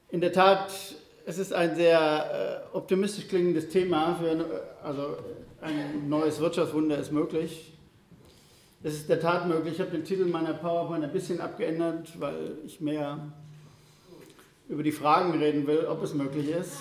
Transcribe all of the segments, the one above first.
In der Tat, es ist ein sehr optimistisch klingendes Thema. Also ein neues Wirtschaftswunder ist möglich. Es ist in der Tat möglich. Ich habe den Titel meiner PowerPoint ein bisschen abgeändert, weil ich mehr über die Fragen reden will, ob es möglich ist.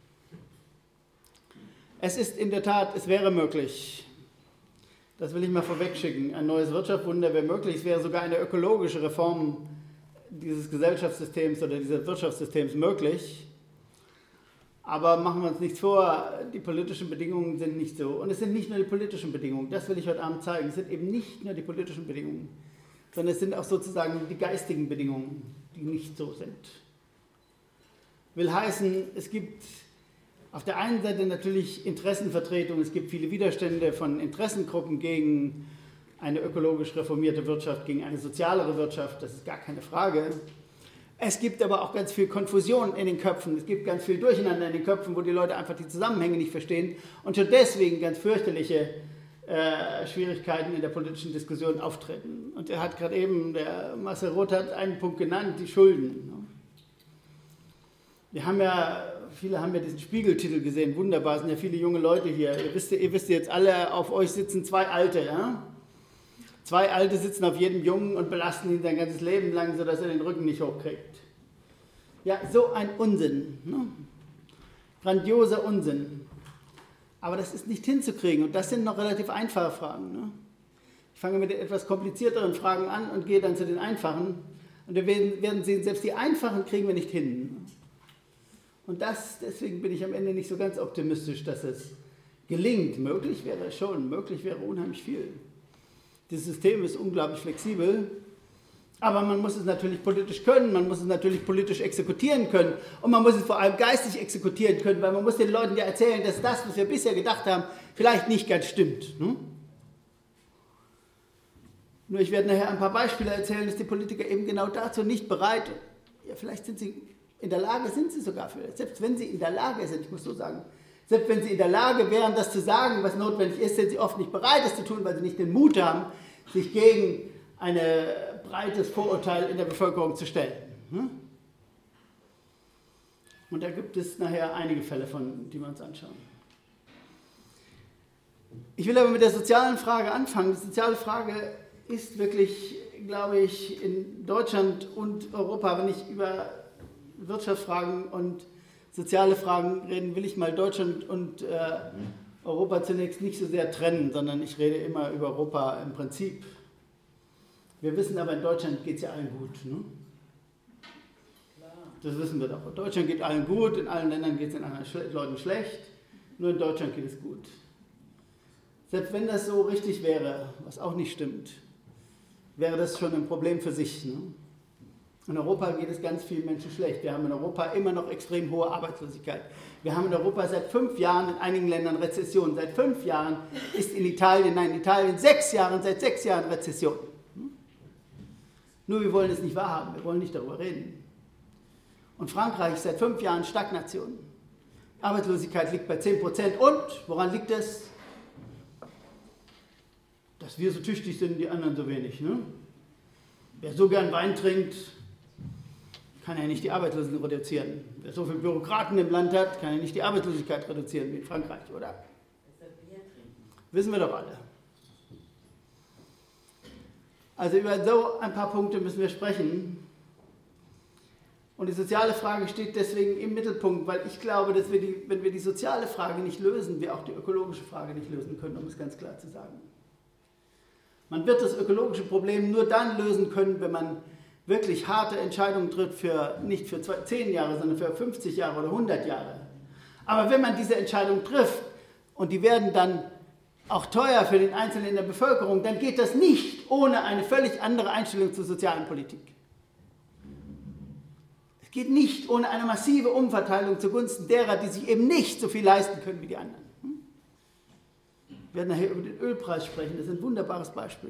Es ist in der Tat, es wäre möglich. Das will ich mal vorwegschicken. Ein neues Wirtschaftswunder wäre möglich. Es wäre sogar eine ökologische Reform dieses Gesellschaftssystems oder dieses Wirtschaftssystems möglich. Aber machen wir uns nichts vor, die politischen Bedingungen sind nicht so. Und es sind nicht nur die politischen Bedingungen, das will ich heute Abend zeigen. Es sind eben nicht nur die politischen Bedingungen, sondern es sind auch sozusagen die geistigen Bedingungen, die nicht so sind. Will heißen, es gibt auf der einen Seite natürlich Interessenvertretung, es gibt viele Widerstände von Interessengruppen gegen eine ökologisch reformierte Wirtschaft, gegen eine sozialere Wirtschaft, das ist gar keine Frage. Es gibt aber auch ganz viel Konfusion in den Köpfen, es gibt ganz viel Durcheinander in den Köpfen, wo die Leute einfach die Zusammenhänge nicht verstehen und schon deswegen ganz fürchterliche Schwierigkeiten in der politischen Diskussion auftreten. Und er hat gerade eben, der Marcel Roth hat einen Punkt genannt, die Schulden. Wir haben ja, viele haben ja diesen Spiegeltitel gesehen, wunderbar, es sind ja viele junge Leute hier. Ihr wisst jetzt alle, auf euch sitzen zwei Alte, ja? Zwei Alte sitzen auf jedem Jungen und belasten ihn sein ganzes Leben lang, sodass er den Rücken nicht hochkriegt. Ja, so ein Unsinn. Ne? Grandioser Unsinn. Aber das ist nicht hinzukriegen und das sind noch relativ einfache Fragen. Ne? Ich fange mit den etwas komplizierteren Fragen an und gehe dann zu den einfachen. Und wir werden sehen, selbst die einfachen kriegen wir nicht hin. Und deswegen bin ich am Ende nicht so ganz optimistisch, dass es gelingt. Möglich wäre es schon, möglich wäre unheimlich viel. Dieses System ist unglaublich flexibel, aber man muss es natürlich politisch können, man muss es natürlich politisch exekutieren können und man muss es vor allem geistig exekutieren können, weil man muss den Leuten ja erzählen, dass das, was wir bisher gedacht haben, vielleicht nicht ganz stimmt. Ne? Nur ich werde nachher ein paar Beispiele erzählen, dass die Politiker eben genau dazu nicht bereit sind. Ja, vielleicht sind sie in der Lage, sind sie sogar für das. Selbst wenn sie in der Lage sind, ich muss so sagen, selbst wenn sie in der Lage wären, das zu sagen, was notwendig ist, sind sie oft nicht bereit, das zu tun, weil sie nicht den Mut haben, sich gegen ein breites Vorurteil in der Bevölkerung zu stellen. Und da gibt es nachher einige Fälle von, die wir uns anschauen. Ich will aber mit der sozialen Frage anfangen. Die soziale Frage ist wirklich, glaube ich, in Deutschland und Europa, wenn ich über Wirtschaftsfragen und soziale Fragen reden, will ich mal Deutschland und Europa zunächst nicht so sehr trennen, sondern ich rede immer über Europa im Prinzip. Wir wissen aber, in Deutschland geht es ja allen gut. Ne? Das wissen wir doch. In Deutschland geht allen gut, in allen Ländern geht es den anderen Leuten schlecht, nur in Deutschland geht es gut. Selbst wenn das so richtig wäre, was auch nicht stimmt, wäre das schon ein Problem für sich. Ne? In Europa geht es ganz vielen Menschen schlecht. Wir haben in Europa immer noch extrem hohe Arbeitslosigkeit. Wir haben in Europa seit 5 Jahren in einigen Ländern Rezession. Seit 5 Jahren ist in Italien 6 Jahren, seit 6 Jahren Rezession. Nur wir wollen es nicht wahrhaben, wir wollen nicht darüber reden. Und Frankreich ist seit 5 Jahren Stagnation. Arbeitslosigkeit liegt bei 10%. Und woran liegt es? Dass wir so tüchtig sind, die anderen so wenig. Ne? Wer so gern Wein trinkt, kann ja nicht die Arbeitslosen reduzieren. Wer so viele Bürokraten im Land hat, kann ja nicht die Arbeitslosigkeit reduzieren wie in Frankreich, oder? Wissen wir doch alle. Also über so ein paar Punkte müssen wir sprechen. Und die soziale Frage steht deswegen im Mittelpunkt, weil ich glaube, dass wenn wir die soziale Frage nicht lösen, wir auch die ökologische Frage nicht lösen können, um es ganz klar zu sagen. Man wird das ökologische Problem nur dann lösen können, wenn man wirklich harte Entscheidungen trifft, nicht für 10 Jahre, sondern für 50 Jahre oder 100 Jahre. Aber wenn man diese Entscheidung trifft und die werden dann auch teuer für den Einzelnen in der Bevölkerung, dann geht das nicht ohne eine völlig andere Einstellung zur sozialen Politik. Es geht nicht ohne eine massive Umverteilung zugunsten derer, die sich eben nicht so viel leisten können wie die anderen. Wir werden nachher über den Ölpreis sprechen, das ist ein wunderbares Beispiel.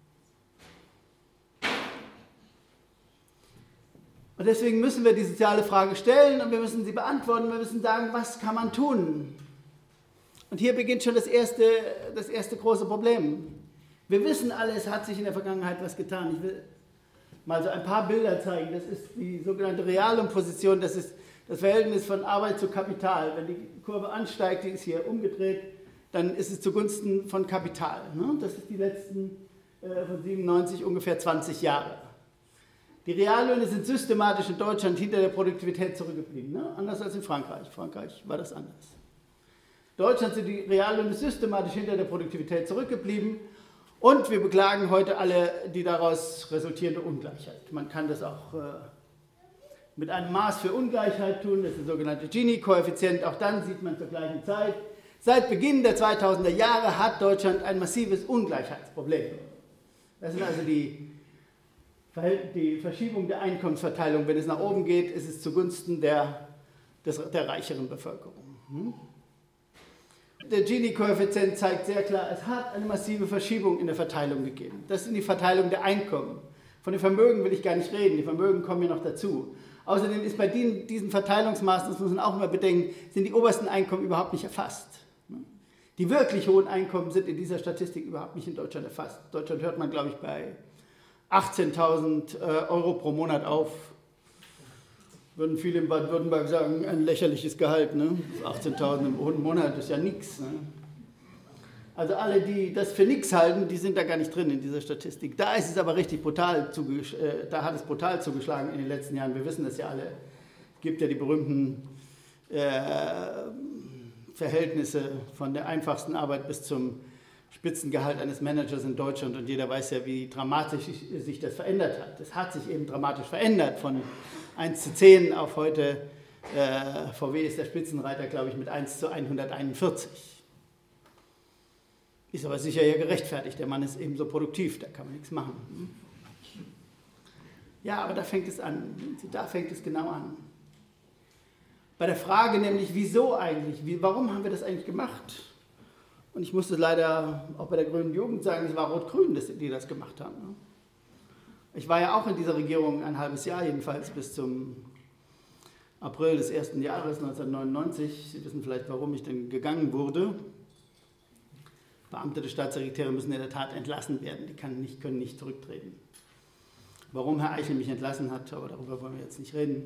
Und deswegen müssen wir die soziale Frage stellen und wir müssen sie beantworten, wir müssen sagen, was kann man tun? Und hier beginnt schon das erste große Problem. Wir wissen alle, es hat sich in der Vergangenheit was getan. Ich will mal so ein paar Bilder zeigen. Das ist die sogenannte Realum-Position, das ist das Verhältnis von Arbeit zu Kapital. Wenn die Kurve ansteigt, die ist hier umgedreht, dann ist es zugunsten von Kapital. Ne? Das ist die letzten von 97 ungefähr 20 Jahre. Die Reallöhne sind systematisch in Deutschland hinter der Produktivität zurückgeblieben. Ne? Anders als in Frankreich. In Frankreich war das anders. In Deutschland sind die Reallöhne systematisch hinter der Produktivität zurückgeblieben. Und wir beklagen heute alle die daraus resultierende Ungleichheit. Man kann das auch mit einem Maß für Ungleichheit tun, das ist der sogenannte Gini-Koeffizient. Auch dann sieht man zur gleichen Zeit, seit Beginn der 2000er Jahre hat Deutschland ein massives Ungleichheitsproblem. Das sind also die Verschiebung der Einkommensverteilung. Wenn es nach oben geht, ist es zugunsten der reicheren Bevölkerung. Der Gini-Koeffizient zeigt sehr klar, es hat eine massive Verschiebung in der Verteilung gegeben. Das ist die Verteilung der Einkommen. Von den Vermögen will ich gar nicht reden, die Vermögen kommen ja noch dazu. Außerdem ist bei diesen Verteilungsmaßen, das muss man auch immer bedenken, sind die obersten Einkommen überhaupt nicht erfasst. Die wirklich hohen Einkommen sind in dieser Statistik überhaupt nicht in Deutschland erfasst. In Deutschland hört man, glaube ich, bei 18.000 Euro pro Monat auf. Würden viele in Baden-Württemberg sagen, ein lächerliches Gehalt. Ne? 18.000 im Monat ist ja nichts. Ne? Also alle, die das für nichts halten, die sind da gar nicht drin in dieser Statistik. Da ist es aber richtig brutal, da hat es brutal zugeschlagen in den letzten Jahren. Wir wissen das ja alle. Es gibt ja die berühmten Verhältnisse von der einfachsten Arbeit bis zum Spitzengehalt eines Managers in Deutschland. Und jeder weiß ja, wie dramatisch sich das verändert hat. Das hat sich eben dramatisch verändert. Von 1:10 auf heute, VW ist der Spitzenreiter, glaube ich, mit 1:141. Ist aber sicher ja gerechtfertigt. Der Mann ist eben so produktiv, da kann man nichts machen. Ja, aber da fängt es an. Da fängt es genau an. Bei der Frage nämlich, wieso eigentlich? Warum haben wir das eigentlich gemacht? Und ich musste leider auch bei der Grünen Jugend sagen, es war Rot-Grün, die das gemacht haben. Ich war ja auch in dieser Regierung ein halbes Jahr, jedenfalls bis zum April des ersten Jahres 1999. Sie wissen vielleicht, warum ich denn gegangen wurde. Beamte des Staatssekretärs müssen in der Tat entlassen werden, die können nicht zurücktreten. Warum Herr Eichel mich entlassen hat, aber darüber wollen wir jetzt nicht reden.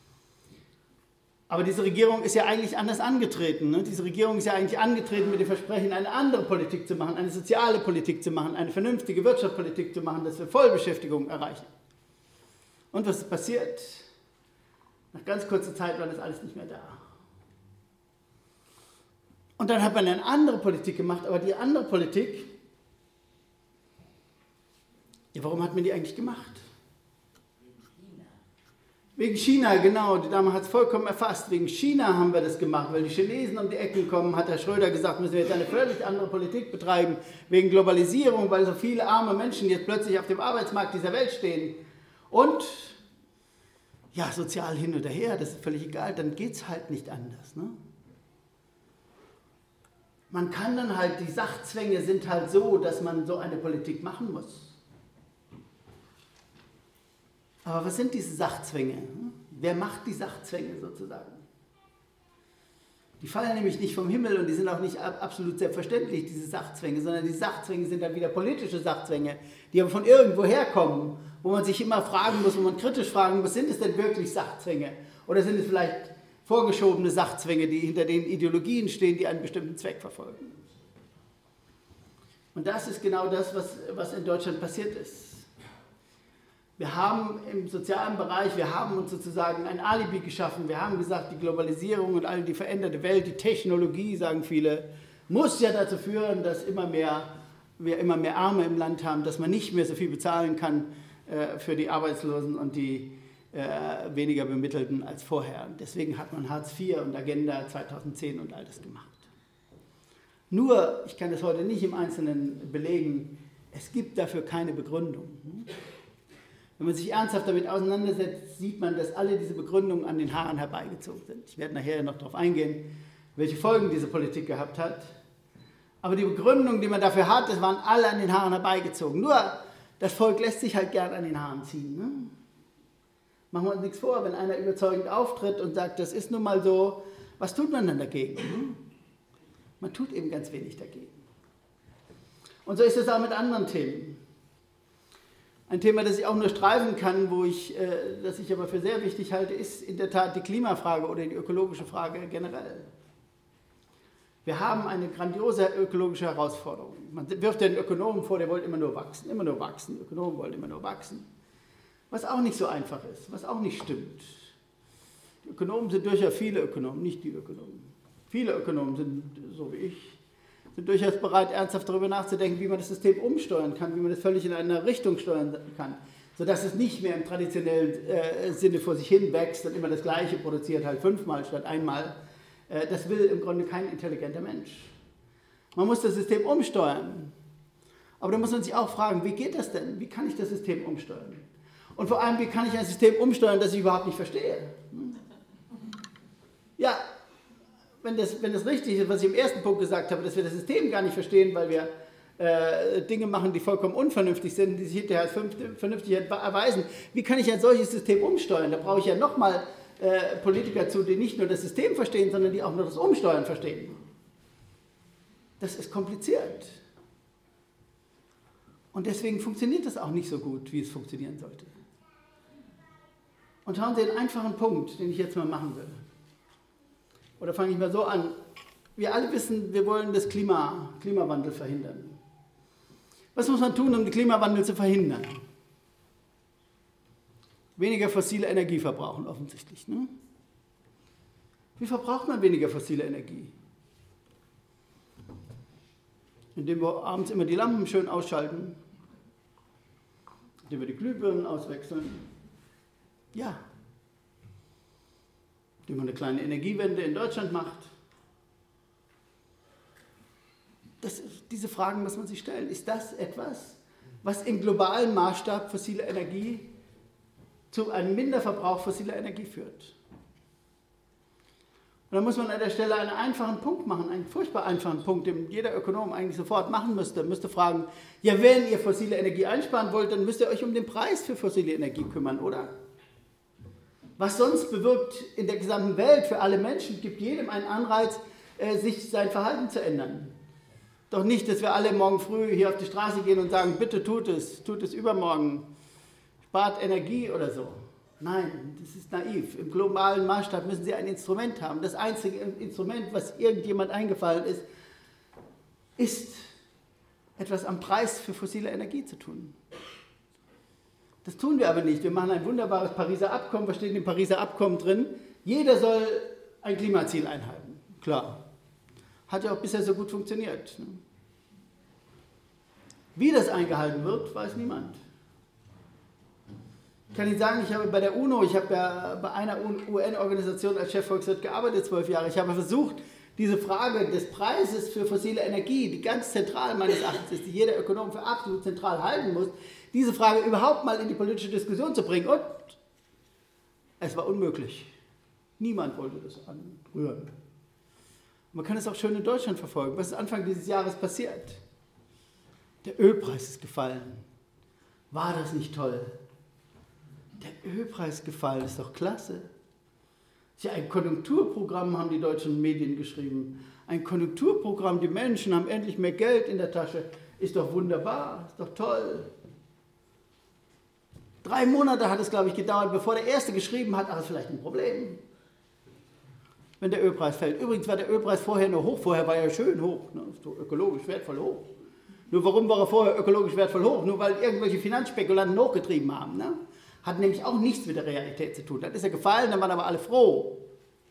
Aber diese Regierung ist ja eigentlich anders angetreten. Ne? Diese Regierung ist ja eigentlich angetreten mit dem Versprechen, eine andere Politik zu machen, eine soziale Politik zu machen, eine vernünftige Wirtschaftspolitik zu machen, dass wir Vollbeschäftigung erreichen. Und was ist passiert? Nach ganz kurzer Zeit war das alles nicht mehr da. Und dann hat man eine andere Politik gemacht, aber die andere Politik, ja, warum hat man die eigentlich gemacht? Wegen China, genau, die Dame hat es vollkommen erfasst. Wegen China haben wir das gemacht, weil die Chinesen um die Ecke kommen, hat Herr Schröder gesagt, müssen wir jetzt eine völlig andere Politik betreiben. Wegen Globalisierung, weil so viele arme Menschen jetzt plötzlich auf dem Arbeitsmarkt dieser Welt stehen. Und, ja, sozial hin oder her, das ist völlig egal, dann geht es halt nicht anders. Ne? Man kann dann halt, die Sachzwänge sind halt so, dass man so eine Politik machen muss. Aber was sind diese Sachzwänge? Wer macht die Sachzwänge sozusagen? Die fallen nämlich nicht vom Himmel und die sind auch nicht absolut selbstverständlich, diese Sachzwänge, sondern die Sachzwänge sind dann wieder politische Sachzwänge, die aber von irgendwo herkommen, wo man sich immer fragen muss, wo man kritisch fragen muss, sind es denn wirklich Sachzwänge? Oder sind es vielleicht vorgeschobene Sachzwänge, die hinter den Ideologien stehen, die einen bestimmten Zweck verfolgen? Und das ist genau das, was in Deutschland passiert ist. Wir haben im sozialen Bereich, wir haben uns sozusagen ein Alibi geschaffen. Wir haben gesagt, die Globalisierung und all die veränderte Welt, die Technologie, sagen viele, muss ja dazu führen, dass wir immer mehr Arme im Land haben, dass man nicht mehr so viel bezahlen kann für die Arbeitslosen und die weniger Bemittelten als vorher. Und deswegen hat man Hartz IV und Agenda 2010 und all das gemacht. Nur, ich kann das heute nicht im Einzelnen belegen, es gibt dafür keine Begründung. Wenn man sich ernsthaft damit auseinandersetzt, sieht man, dass alle diese Begründungen an den Haaren herbeigezogen sind. Ich werde nachher noch darauf eingehen, welche Folgen diese Politik gehabt hat. Aber die Begründungen, die man dafür hat, das waren alle an den Haaren herbeigezogen. Nur, das Volk lässt sich halt gern an den Haaren ziehen. Ne? Machen wir uns nichts vor, wenn einer überzeugend auftritt und sagt, das ist nun mal so, was tut man dann dagegen? Ne? Man tut eben ganz wenig dagegen. Und so ist es auch mit anderen Themen. Ein Thema, das ich auch nur streifen kann, das ich aber für sehr wichtig halte, ist in der Tat die Klimafrage oder die ökologische Frage generell. Wir haben eine grandiose ökologische Herausforderung. Man wirft den Ökonomen vor, der wollte immer nur wachsen, immer nur wachsen. Ökonomen wollen immer nur wachsen. Was auch nicht so einfach ist, was auch nicht stimmt. Die Ökonomen sind durchaus viele Ökonomen, nicht die Ökonomen. Viele Ökonomen sind, so wie ich, sind durchaus bereit, ernsthaft darüber nachzudenken, wie man das System umsteuern kann, wie man das völlig in eine Richtung steuern kann, sodass es nicht mehr im traditionellen Sinne vor sich hin wächst und immer das Gleiche produziert, halt 5-mal statt einmal. Das will im Grunde kein intelligenter Mensch. Man muss das System umsteuern. Aber da muss man sich auch fragen, wie geht das denn? Wie kann ich das System umsteuern? Und vor allem, wie kann ich ein System umsteuern, das ich überhaupt nicht verstehe? Ja, wenn das richtig ist, was ich im ersten Punkt gesagt habe, dass wir das System gar nicht verstehen, weil wir Dinge machen, die vollkommen unvernünftig sind, die sich hinterher als vernünftig erweisen. Wie kann ich ein solches System umsteuern? Da brauche ich ja nochmal Politiker zu, die nicht nur das System verstehen, sondern die auch nur das Umsteuern verstehen. Das ist kompliziert. Und deswegen funktioniert das auch nicht so gut, wie es funktionieren sollte. Und schauen Sie den einfachen Punkt, den ich jetzt mal machen will. Oder fange ich mal so an. Wir alle wissen, wir wollen das Klimawandel verhindern. Was muss man tun, um den Klimawandel zu verhindern? Weniger fossile Energie verbrauchen, offensichtlich. Ne? Wie verbraucht man weniger fossile Energie? Indem wir abends immer die Lampen schön ausschalten, indem wir die Glühbirnen auswechseln. Ja. Indem man eine kleine Energiewende in Deutschland macht. Diese Fragen muss man sich stellen. Ist das etwas, was im globalen Maßstab fossile Energie zu einem Minderverbrauch fossiler Energie führt? Und da muss man an der Stelle einen einfachen Punkt machen, einen furchtbar einfachen Punkt, den jeder Ökonom eigentlich sofort machen müsste fragen, ja, wenn ihr fossile Energie einsparen wollt, dann müsst ihr euch um den Preis für fossile Energie kümmern, oder? Was sonst bewirkt in der gesamten Welt für alle Menschen, gibt jedem einen Anreiz, sich sein Verhalten zu ändern. Doch nicht, dass wir alle morgen früh hier auf die Straße gehen und sagen, bitte tut es übermorgen, spart Energie oder so. Nein, das ist naiv. Im globalen Maßstab müssen Sie ein Instrument haben. Das einzige Instrument, was irgendjemand eingefallen ist, ist etwas am Preis für fossile Energie zu tun. Das tun wir aber nicht. Wir machen ein wunderbares Pariser Abkommen. Was steht in dem Pariser Abkommen drin? Jeder soll ein Klimaziel einhalten. Klar. Hat ja auch bisher so gut funktioniert. Wie das eingehalten wird, weiß niemand. Ich kann Ihnen sagen, ich habe bei der UNO, ich habe ja bei einer UN-Organisation als Chefvolkswirt gearbeitet, 12 Jahre. Ich habe versucht, diese Frage des Preises für fossile Energie, die ganz zentral meines Erachtens ist, die jeder Ökonom für absolut zentral halten muss, diese Frage überhaupt mal in die politische Diskussion zu bringen. Und es war unmöglich. Niemand wollte das anrühren. Man kann es auch schön in Deutschland verfolgen. Was ist Anfang dieses Jahres passiert? Der Ölpreis ist gefallen. War das nicht toll? Der Ölpreis ist gefallen, ist doch klasse. Ja, ein Konjunkturprogramm haben die deutschen Medien geschrieben. Ein Konjunkturprogramm, die Menschen haben endlich mehr Geld in der Tasche. Ist doch wunderbar, ist doch toll. 3 Monate hat es, glaube ich, gedauert, bevor der Erste geschrieben hat, ach, ist vielleicht ein Problem, wenn der Ölpreis fällt. Übrigens war der Ölpreis vorher nur hoch, vorher war er schön hoch, ne? So ökologisch wertvoll hoch. Nur warum war er vorher ökologisch wertvoll hoch? Nur weil irgendwelche Finanzspekulanten hochgetrieben haben. Ne? Hat nämlich auch nichts mit der Realität zu tun. Dann ist er gefallen, dann waren aber alle froh.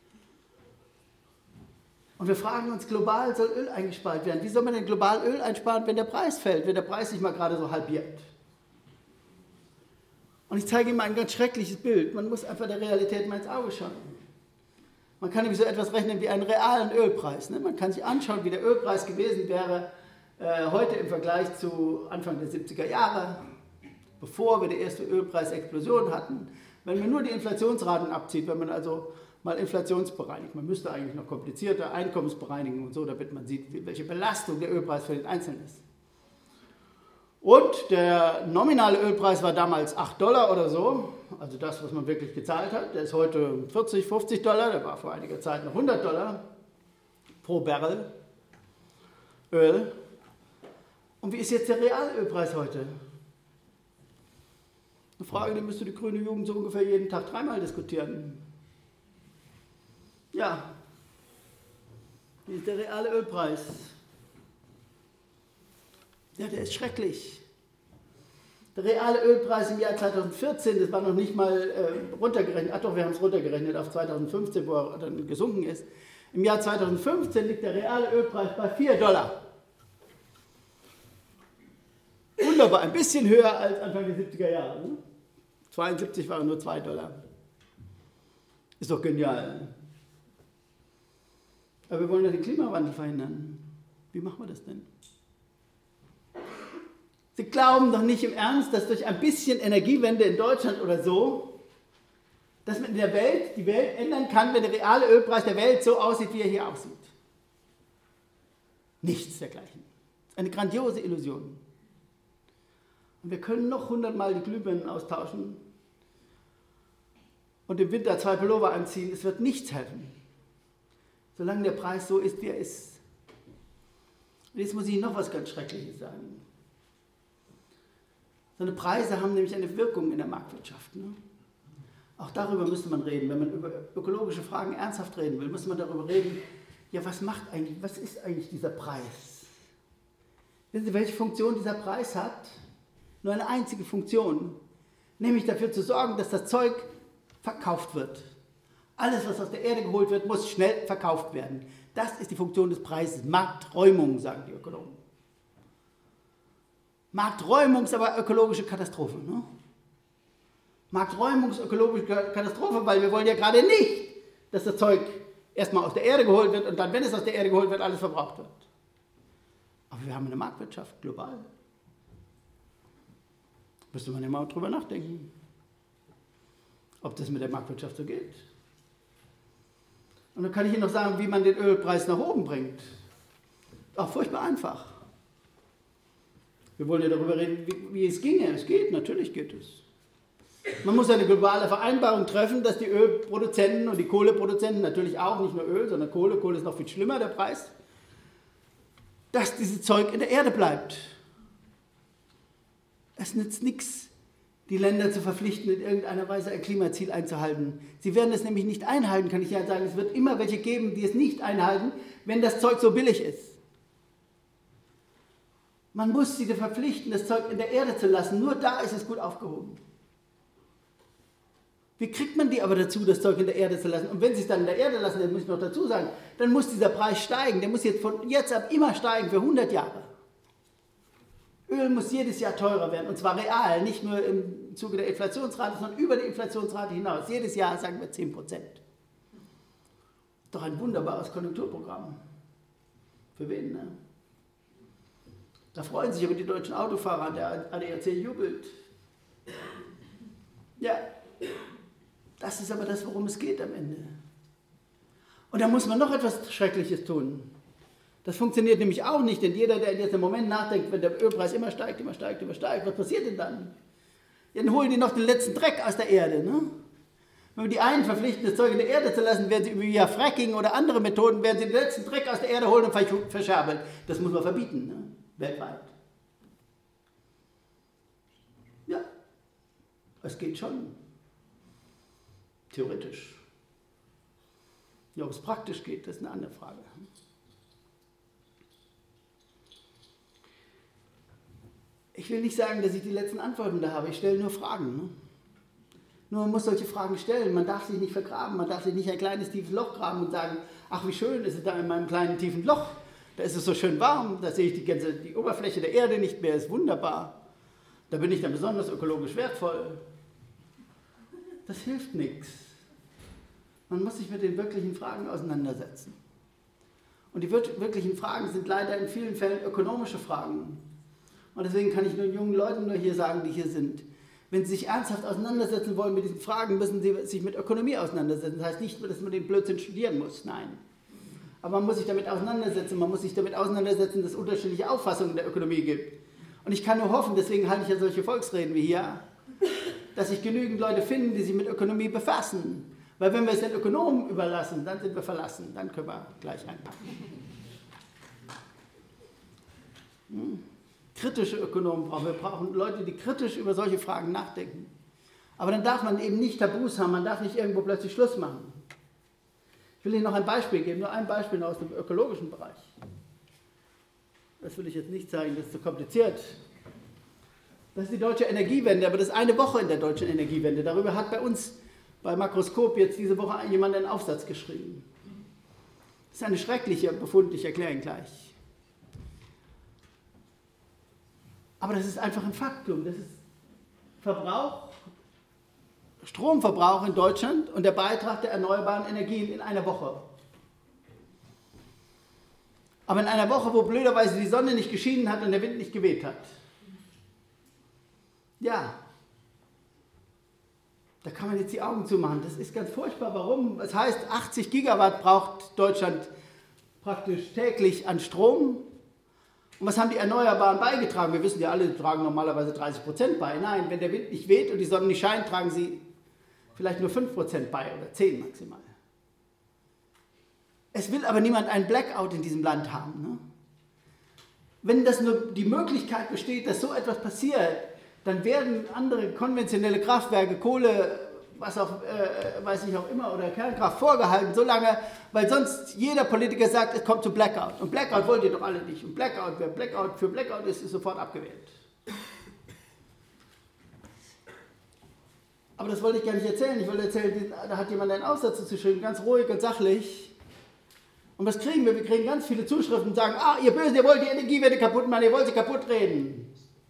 Und wir fragen uns, global soll Öl eingespart werden. Wie soll man denn global Öl einsparen, wenn der Preis fällt, wenn der Preis sich mal gerade so halbiert? Und ich zeige Ihnen mal ein ganz schreckliches Bild. Man muss einfach der Realität mal ins Auge schauen. Man kann nämlich so etwas rechnen wie einen realen Ölpreis. Ne? Man kann sich anschauen, wie der Ölpreis gewesen wäre heute im Vergleich zu Anfang der 70er Jahre, bevor wir die erste Ölpreisexplosion hatten. Wenn man nur die Inflationsraten abzieht, wenn man also mal inflationsbereinigt, man müsste eigentlich noch komplizierter Einkommensbereinigen und so, damit man sieht, welche Belastung der Ölpreis für den Einzelnen ist. Und der nominale Ölpreis war damals $8 oder so, also das, was man wirklich gezahlt hat. Der ist heute $40, $50, der war vor einiger Zeit noch $100 pro Barrel Öl. Und wie ist jetzt der Realölpreis heute? Eine Frage, die müsste die grüne Jugend so ungefähr jeden Tag 3-mal diskutieren. Ja, wie ist der reale Ölpreis? Ja, der ist schrecklich. Der reale Ölpreis im Jahr 2014, das war noch nicht mal runtergerechnet, ach doch, wir haben es runtergerechnet auf 2015, wo er dann gesunken ist. Im Jahr 2015 liegt der reale Ölpreis bei $4. Wunderbar, ein bisschen höher als Anfang der 70er Jahre. Ne? 72 waren nur $2. Ist doch genial. Aber wir wollen ja den Klimawandel verhindern. Wie machen wir das denn? Sie glauben doch nicht im Ernst, dass durch ein bisschen Energiewende in Deutschland oder so, dass man in der Welt die Welt ändern kann, wenn der reale Ölpreis der Welt so aussieht, wie er hier aussieht. Nichts dergleichen. Das ist eine grandiose Illusion. Und wir können noch 100-mal die Glühbirnen austauschen und im Winter 2 Pullover anziehen. Es wird nichts helfen, solange der Preis so ist, wie er ist. Und jetzt muss ich Ihnen noch was ganz Schreckliches sagen. So eine Preise haben nämlich eine Wirkung in der Marktwirtschaft. Ne? Auch darüber müsste man reden. Wenn man über ökologische Fragen ernsthaft reden will, muss man darüber reden, ja, was ist eigentlich dieser Preis? Wissen Sie, welche Funktion dieser Preis hat? Nur eine einzige Funktion, nämlich dafür zu sorgen, dass das Zeug verkauft wird. Alles, was aus der Erde geholt wird, muss schnell verkauft werden. Das ist die Funktion des Preises. Markträumung, sagen die Ökonomen. Markträumung ist aber ökologische Katastrophe. Ne? Markträumung ist ökologische Katastrophe, weil wir wollen ja gerade nicht, dass das Zeug erstmal aus der Erde geholt wird und dann, wenn es aus der Erde geholt wird, alles verbraucht wird. Aber wir haben eine Marktwirtschaft, global. Müsste man ja mal drüber nachdenken, ob das mit der Marktwirtschaft so geht. Und dann kann ich Ihnen noch sagen, wie man den Ölpreis nach oben bringt. Auch furchtbar einfach. Wir wollen ja darüber reden, wie es ginge. Es geht, natürlich geht es. Man muss eine globale Vereinbarung treffen, dass die Ölproduzenten und die Kohleproduzenten, natürlich auch, nicht nur Öl, sondern Kohle ist noch viel schlimmer, der Preis, dass dieses Zeug in der Erde bleibt. Es nützt nichts, die Länder zu verpflichten, in irgendeiner Weise ein Klimaziel einzuhalten. Sie werden es nämlich nicht einhalten, kann ich ja sagen. Es wird immer welche geben, die es nicht einhalten, wenn das Zeug so billig ist. Man muss sie verpflichten, das Zeug in der Erde zu lassen. Nur da ist es gut aufgehoben. Wie kriegt man die aber dazu, das Zeug in der Erde zu lassen? Und wenn sie es dann in der Erde lassen, dann muss ich noch dazu sagen, dann muss dieser Preis steigen. Der muss jetzt von jetzt ab immer steigen für 100 Jahre. Öl muss jedes Jahr teurer werden, und zwar real, nicht nur im Zuge der Inflationsrate, sondern über die Inflationsrate hinaus. Jedes Jahr sagen wir 10%. Doch ein wunderbares Konjunkturprogramm. Für wen, ne? Da freuen sich aber die deutschen Autofahrer, der ADAC jubelt. Ja, das ist aber das, worum es geht am Ende. Und da muss man noch etwas Schreckliches tun. Das funktioniert nämlich auch nicht, denn jeder, der jetzt im Moment nachdenkt, wenn der Ölpreis immer steigt, was passiert denn dann? Ja, dann holen die noch den letzten Dreck aus der Erde. Ne? Wenn wir die einen verpflichten, das Zeug in der Erde zu lassen, werden sie über Fracking oder andere Methoden, werden sie den letzten Dreck aus der Erde holen und verscherbeln. Das muss man verbieten, ne? Weltweit. Ja, es geht schon. Theoretisch. Ja, ob es praktisch geht, das ist eine andere Frage. Ich will nicht sagen, dass ich die letzten Antworten da habe, ich stelle nur Fragen. Ne? Nur man muss solche Fragen stellen, man darf sich nicht vergraben, man darf sich nicht ein kleines tiefes Loch graben und sagen, ach wie schön ist es da in meinem kleinen tiefen Loch, da ist es so schön warm, da sehe ich die Oberfläche der Erde nicht mehr, ist wunderbar, da bin ich dann besonders ökologisch wertvoll. Das hilft nichts. Man muss sich mit den wirklichen Fragen auseinandersetzen. Und die wirklichen Fragen sind leider in vielen Fällen ökonomische Fragen. Und deswegen kann ich nur jungen Leuten nur hier sagen, die hier sind, wenn sie sich ernsthaft auseinandersetzen wollen mit diesen Fragen, müssen sie sich mit Ökonomie auseinandersetzen. Das heißt nicht, dass man den Blödsinn studieren muss, nein. Aber man muss sich damit auseinandersetzen, dass es unterschiedliche Auffassungen der Ökonomie gibt. Und ich kann nur hoffen, deswegen halte ich ja solche Volksreden wie hier, dass sich genügend Leute finden, die sich mit Ökonomie befassen. Weil wenn wir es den Ökonomen überlassen, dann sind wir verlassen, dann können wir gleich einpacken. Kritische Ökonomen brauchen wir. Wir brauchen Leute, die kritisch über solche Fragen nachdenken. Aber dann darf man eben nicht Tabus haben, man darf nicht irgendwo plötzlich Schluss machen. Ich will Ihnen noch ein Beispiel geben, nur ein Beispiel aus dem ökologischen Bereich. Das will ich jetzt nicht zeigen, das ist zu kompliziert. Das ist die deutsche Energiewende, aber das ist eine Woche in der deutschen Energiewende. Darüber hat bei uns bei Makroskop jetzt diese Woche jemand einen Aufsatz geschrieben. Das ist eine schreckliche Befund, ich erkläre ihn gleich. Aber das ist einfach ein Faktum. Das ist Verbrauch, Stromverbrauch in Deutschland und der Beitrag der erneuerbaren Energien in einer Woche. Aber in einer Woche, wo blöderweise die Sonne nicht geschienen hat und der Wind nicht geweht hat. Ja, da kann man jetzt die Augen zumachen. Das ist ganz furchtbar. Warum? Das heißt, 80 Gigawatt braucht Deutschland praktisch täglich an Strom. Und was haben die Erneuerbaren beigetragen? Wir wissen ja alle, die tragen normalerweise 30% bei. Nein, wenn der Wind nicht weht und die Sonne nicht scheint, tragen sie vielleicht nur 5% bei oder 10 maximal. Es will aber niemand einen Blackout in diesem Land haben. Ne? Wenn das nur die Möglichkeit besteht, dass so etwas passiert, dann werden andere konventionelle Kraftwerke, Kohle, was auch, weiß ich auch immer, oder Kernkraft vorgehalten, so lange, weil sonst jeder Politiker sagt, es kommt zu Blackout. Und Blackout wollt ihr doch alle nicht. Und Blackout, wer Blackout für Blackout ist, ist sofort abgewählt. Aber das wollte ich gar nicht erzählen. Ich wollte erzählen, da hat jemand einen Aufsatz dazu geschrieben, ganz ruhig und sachlich. Und was kriegen wir? Wir kriegen ganz viele Zuschriften und sagen, ihr Bösen, ihr wollt die Energiewende kaputt machen, ihr wollt sie kaputt reden.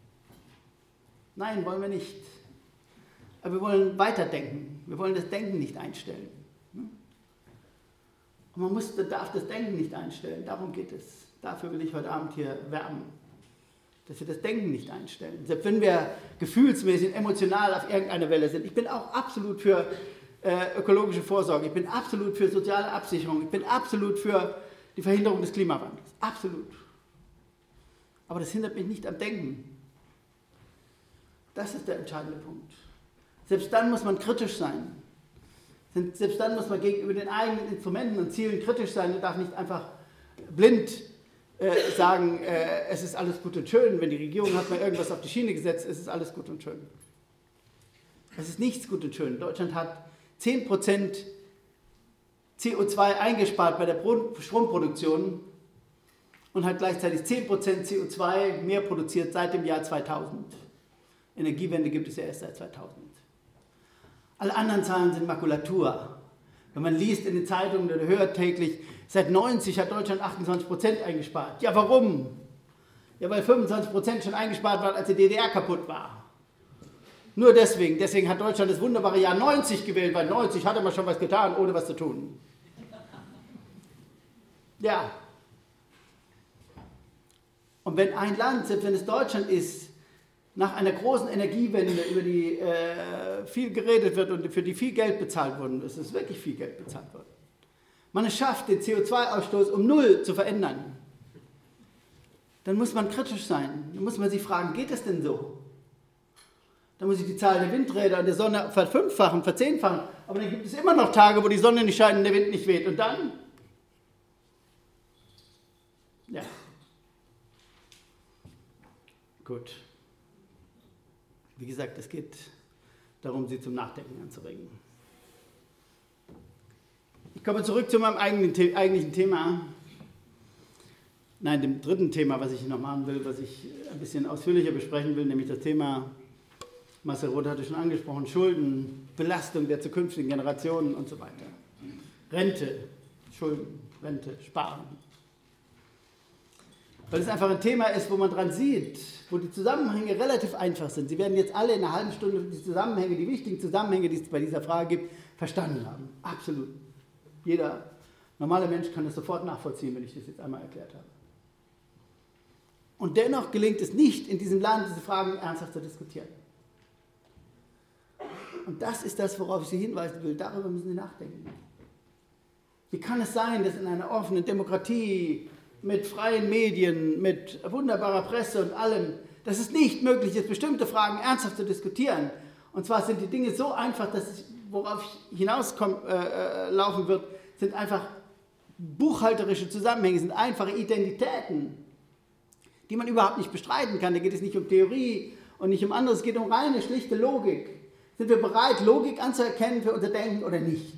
Nein, wollen wir nicht. Aber wir wollen weiterdenken. Wir wollen das Denken nicht einstellen. Und man darf das Denken nicht einstellen. Darum geht es. Dafür will ich heute Abend hier werben. Dass wir das Denken nicht einstellen. Selbst wenn wir gefühlsmäßig, emotional auf irgendeiner Welle sind. Ich bin auch absolut für ökologische Vorsorge. Ich bin absolut für soziale Absicherung. Ich bin absolut für die Verhinderung des Klimawandels. Absolut. Aber das hindert mich nicht am Denken. Das ist der entscheidende Punkt. Selbst dann muss man kritisch sein. Selbst dann muss man gegenüber den eigenen Instrumenten und Zielen kritisch sein und darf nicht einfach blind sagen, es ist alles gut und schön. Wenn die Regierung hat mal irgendwas auf die Schiene gesetzt, es ist alles gut und schön. Es ist nichts gut und schön. Deutschland hat 10% CO2 eingespart bei der Stromproduktion und hat gleichzeitig 10% CO2 mehr produziert seit dem Jahr 2000. Energiewende gibt es ja erst seit 2000. Alle anderen Zahlen sind Makulatur. Wenn man liest in den Zeitungen oder hört täglich, seit 90 hat Deutschland 28% eingespart. Ja, warum? Ja, weil 25% schon eingespart waren, als die DDR kaputt war. Nur deswegen. Deswegen hat Deutschland das wunderbare Jahr 90 gewählt, weil 90 hatte man schon was getan, ohne was zu tun. Ja. Und wenn ein Land, selbst wenn es Deutschland ist, nach einer großen Energiewende, über die viel geredet wird und für die viel Geld bezahlt worden ist, es ist wirklich viel Geld bezahlt worden, man es schafft, den CO2-Ausstoß um 0 zu verändern, dann muss man kritisch sein. Dann muss man sich fragen, geht es denn so? Dann muss ich die Zahl der Windräder und der Sonne verfünffachen, verzehnfachen, aber dann gibt es immer noch Tage, wo die Sonne nicht scheint und der Wind nicht weht. Und dann? Ja. Gut. Wie gesagt, es geht darum, Sie zum Nachdenken anzuregen. Ich komme zurück zu meinem eigentlichen Thema. Nein, dem dritten Thema, was ich noch machen will, was ich ein bisschen ausführlicher besprechen will, nämlich das Thema, Marcel Roth hatte schon angesprochen, Schulden, Belastung der zukünftigen Generationen und so weiter. Rente, Schulden, Rente, Sparen. Weil es einfach ein Thema ist, wo man dran sieht, wo die Zusammenhänge relativ einfach sind. Sie werden jetzt alle in einer halben Stunde die Zusammenhänge, die wichtigen Zusammenhänge, die es bei dieser Frage gibt, verstanden haben. Absolut. Jeder normale Mensch kann das sofort nachvollziehen, wenn ich das jetzt einmal erklärt habe. Und dennoch gelingt es nicht, in diesem Land diese Fragen ernsthaft zu diskutieren. Und das ist das, worauf ich Sie hinweisen will. Darüber müssen Sie nachdenken. Wie kann es sein, dass in einer offenen Demokratie mit freien Medien, mit wunderbarer Presse und allem, dass es nicht möglich ist, bestimmte Fragen ernsthaft zu diskutieren. Und zwar sind die Dinge so einfach, dass es, worauf hinauslaufen wird, sind einfach buchhalterische Zusammenhänge, sind einfache Identitäten, die man überhaupt nicht bestreiten kann. Da geht es nicht um Theorie und nicht um anderes, es geht um reine, schlichte Logik. Sind wir bereit, Logik anzuerkennen für unser Denken oder nicht?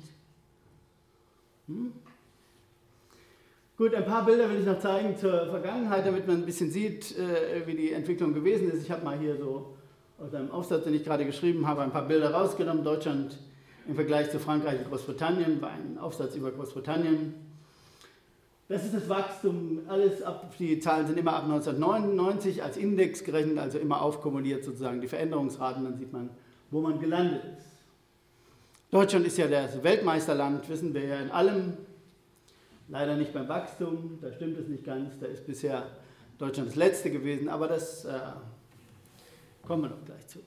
Gut, ein paar Bilder will ich noch zeigen zur Vergangenheit, damit man ein bisschen sieht, wie die Entwicklung gewesen ist. Ich habe mal hier so aus einem Aufsatz, den ich gerade geschrieben habe, ein paar Bilder rausgenommen. Deutschland im Vergleich zu Frankreich und Großbritannien, war ein Aufsatz über Großbritannien. Das ist das Wachstum, die Zahlen sind immer ab 1999 als Index gerechnet, also immer aufkumuliert sozusagen die Veränderungsraten, dann sieht man, wo man gelandet ist. Deutschland ist ja das Weltmeisterland, wissen wir ja in allem. Leider nicht beim Wachstum, da stimmt es nicht ganz, da ist bisher Deutschland das Letzte gewesen, aber das kommen wir noch gleich zu.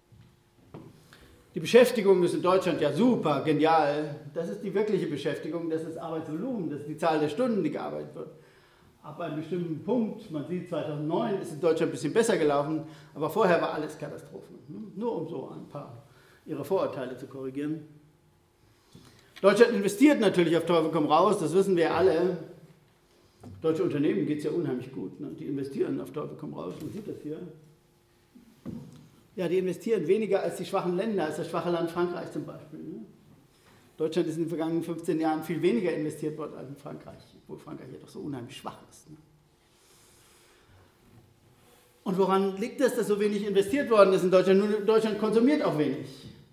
Die Beschäftigung ist in Deutschland ja super, genial. Das ist die wirkliche Beschäftigung, das ist das Arbeitsvolumen, das ist die Zahl der Stunden, die gearbeitet wird. Ab einem bestimmten Punkt, man sieht 2009, ist in Deutschland ein bisschen besser gelaufen, aber vorher war alles Katastrophe. Nur um so ein paar ihre Vorurteile zu korrigieren. Deutschland investiert natürlich auf Teufel komm raus, das wissen wir alle. Deutsche Unternehmen geht es ja unheimlich gut, ne? Die investieren auf Teufel komm raus, man sieht das hier. Ja, die investieren weniger als die schwachen Länder, als das schwache Land Frankreich zum Beispiel. Ne? Deutschland ist in den vergangenen 15 Jahren viel weniger investiert worden als in Frankreich, obwohl Frankreich ja doch so unheimlich schwach ist. Ne? Und woran liegt es, dass so wenig investiert worden ist in Deutschland? Nur Deutschland konsumiert auch wenig.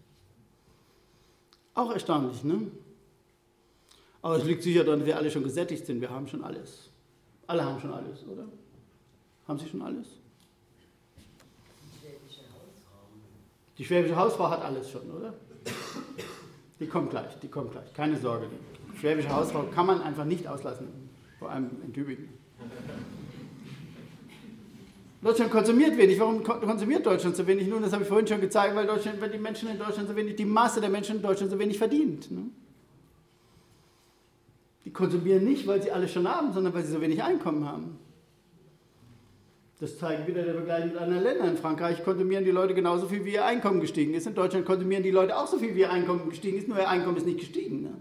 Auch erstaunlich, ne? Aber es liegt sicher daran, dass wir alle schon gesättigt sind. Wir haben schon alles. Alle haben schon alles, oder? Haben Sie schon alles? Die schwäbische Hausfrau hat alles schon, oder? Die kommt gleich, keine Sorge. Die schwäbische Hausfrau kann man einfach nicht auslassen, vor allem in Tübingen. Deutschland konsumiert wenig. Warum konsumiert Deutschland so wenig? Nun, das habe ich vorhin schon gezeigt, weil die Menschen in Deutschland so wenig, die Masse der Menschen in Deutschland so wenig verdient. Ne? Die konsumieren nicht, weil sie alles schon haben, sondern weil sie so wenig Einkommen haben. Das zeigt wieder der Vergleich mit anderen Ländern. In Frankreich konsumieren die Leute genauso viel, wie ihr Einkommen gestiegen ist. In Deutschland konsumieren die Leute auch so viel, wie ihr Einkommen gestiegen ist, nur ihr Einkommen ist nicht gestiegen. Ne?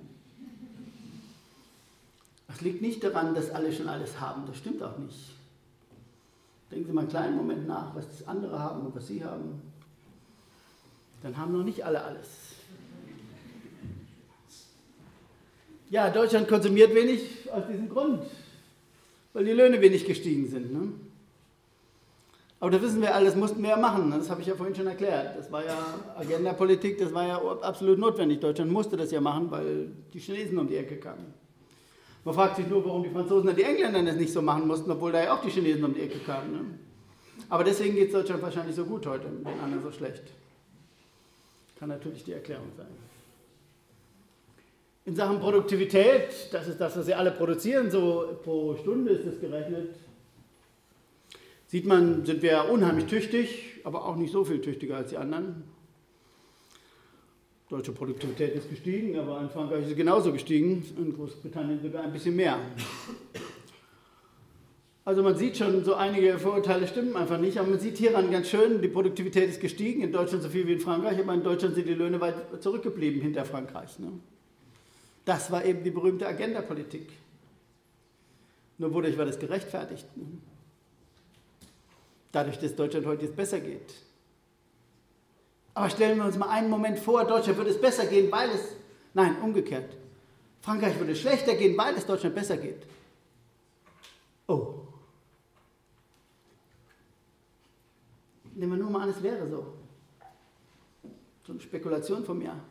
Das liegt nicht daran, dass alle schon alles haben. Das stimmt auch nicht. Denken Sie mal einen kleinen Moment nach, was das andere haben und was Sie haben. Dann haben noch nicht alle alles. Ja, Deutschland konsumiert wenig aus diesem Grund, weil die Löhne wenig gestiegen sind. Ne? Aber das wissen wir alles, mussten wir ja machen. Das habe ich ja vorhin schon erklärt. Das war ja Agendapolitik, das war ja absolut notwendig. Deutschland musste das ja machen, weil die Chinesen um die Ecke kamen. Man fragt sich nur, warum die Franzosen und die Engländer das nicht so machen mussten, obwohl da ja auch die Chinesen um die Ecke kamen. Ne? Aber deswegen geht es Deutschland wahrscheinlich so gut heute, den anderen so schlecht. Kann natürlich die Erklärung sein. In Sachen Produktivität, das ist das, was sie alle produzieren, so pro Stunde ist das gerechnet, sieht man, sind wir unheimlich tüchtig, aber auch nicht so viel tüchtiger als die anderen. Deutsche Produktivität ist gestiegen, aber in Frankreich ist sie genauso gestiegen, in Großbritannien sogar ein bisschen mehr. Also man sieht schon, so einige Vorurteile stimmen einfach nicht, aber man sieht hieran ganz schön, die Produktivität ist gestiegen, in Deutschland so viel wie in Frankreich, aber in Deutschland sind die Löhne weit zurückgeblieben hinter Frankreich. Ne? Das war eben die berühmte Agendapolitik. Nur wodurch war das gerechtfertigt? Ne? Dadurch, dass Deutschland heute jetzt besser geht. Aber stellen wir uns mal einen Moment vor, Deutschland würde es besser gehen, weil es... Nein, umgekehrt. Frankreich würde es schlechter gehen, weil es Deutschland besser geht. Oh. Nehmen wir nur mal an, es wäre so. So eine Spekulation von mir.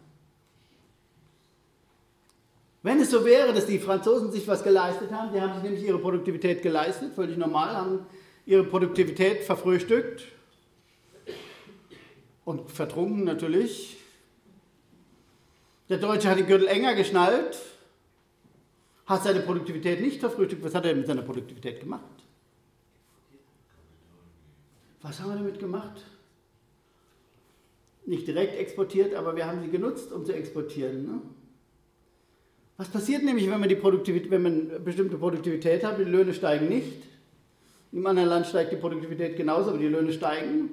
Wenn es so wäre, dass die Franzosen sich was geleistet haben, die haben sich nämlich ihre Produktivität geleistet, völlig normal, haben ihre Produktivität verfrühstückt und vertrunken natürlich. Der Deutsche hat den Gürtel enger geschnallt, hat seine Produktivität nicht verfrühstückt. Was hat er mit seiner Produktivität gemacht? Was haben wir damit gemacht? Nicht direkt exportiert, aber wir haben sie genutzt, um zu exportieren. Ne? Was passiert nämlich, wenn man eine bestimmte Produktivität hat, die Löhne steigen nicht? Im anderen Land steigt die Produktivität genauso, aber die Löhne steigen.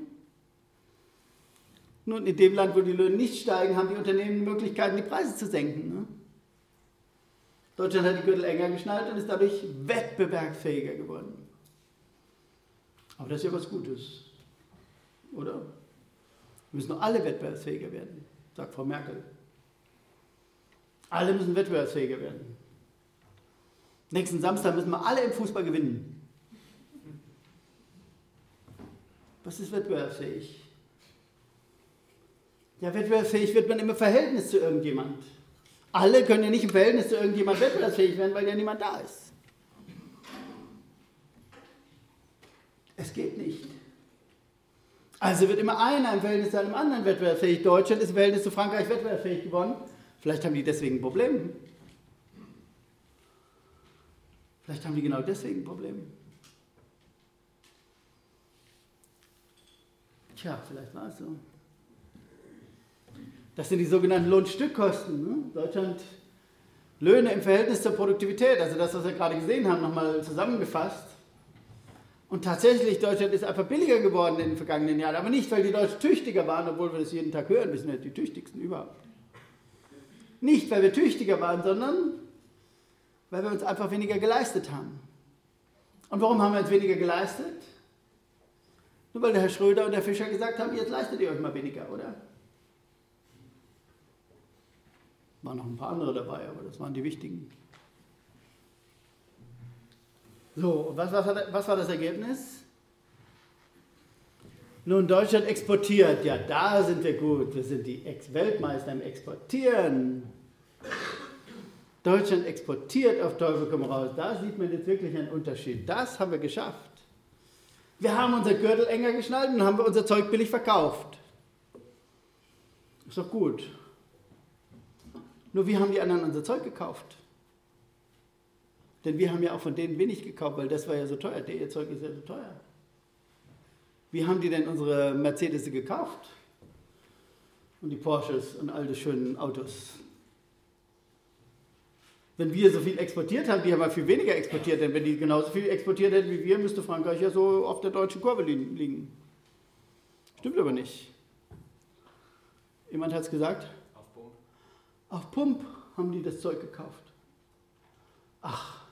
Nun, in dem Land, wo die Löhne nicht steigen, haben die Unternehmen Möglichkeiten, die Preise zu senken. Ne? Deutschland hat die Gürtel enger geschnallt und ist dadurch wettbewerbsfähiger geworden. Aber das ist ja was Gutes, oder? Wir müssen doch alle wettbewerbsfähiger werden, sagt Frau Merkel. Alle müssen wettbewerbsfähiger werden. Nächsten Samstag müssen wir alle im Fußball gewinnen. Was ist wettbewerbsfähig? Ja, wettbewerbsfähig wird man im Verhältnis zu irgendjemand. Alle können ja nicht im Verhältnis zu irgendjemand wettbewerbsfähig werden, weil ja niemand da ist. Es geht nicht. Also wird immer einer im Verhältnis zu einem anderen wettbewerbsfähig. Deutschland ist im Verhältnis zu Frankreich wettbewerbsfähig geworden. Vielleicht haben die deswegen ein Problem. Vielleicht haben die genau deswegen ein Problem. Tja, vielleicht war es so. Das sind die sogenannten Lohnstückkosten. Ne? Deutschland, Löhne im Verhältnis zur Produktivität, also das, was wir gerade gesehen haben, nochmal zusammengefasst. Und tatsächlich, Deutschland ist einfach billiger geworden in den vergangenen Jahren. Aber nicht, weil die Deutschen tüchtiger waren, obwohl wir das jeden Tag hören, wir sind ja die tüchtigsten überhaupt. Nicht, weil wir tüchtiger waren, sondern weil wir uns einfach weniger geleistet haben. Und warum haben wir uns weniger geleistet? Nur weil der Herr Schröder und der Fischer gesagt haben, jetzt leistet ihr euch mal weniger, oder? Waren noch ein paar andere dabei, aber das waren die wichtigen. So, was war das Ergebnis? Nun, Deutschland exportiert. Ja, da sind wir gut. Wir sind die Weltmeister im Exportieren. Deutschland exportiert auf Teufel komm raus. Da sieht man jetzt wirklich einen Unterschied. Das haben wir geschafft. Wir haben unser Gürtel enger geschnallt und haben wir unser Zeug billig verkauft. Ist doch gut. Nur wie haben die anderen unser Zeug gekauft? Denn wir haben ja auch von denen wenig gekauft, weil das war ja so teuer. Ihr Zeug ist ja so teuer. Wie haben die denn unsere Mercedes gekauft? Und die Porsches und all die schönen Autos? Wenn wir so viel exportiert haben, die haben ja viel weniger exportiert, denn wenn die genauso viel exportiert hätten wie wir, müsste Frankreich ja so auf der deutschen Kurve liegen. Stimmt aber nicht. Jemand hat es gesagt? Auf Pump. Auf Pump haben die das Zeug gekauft. Ach,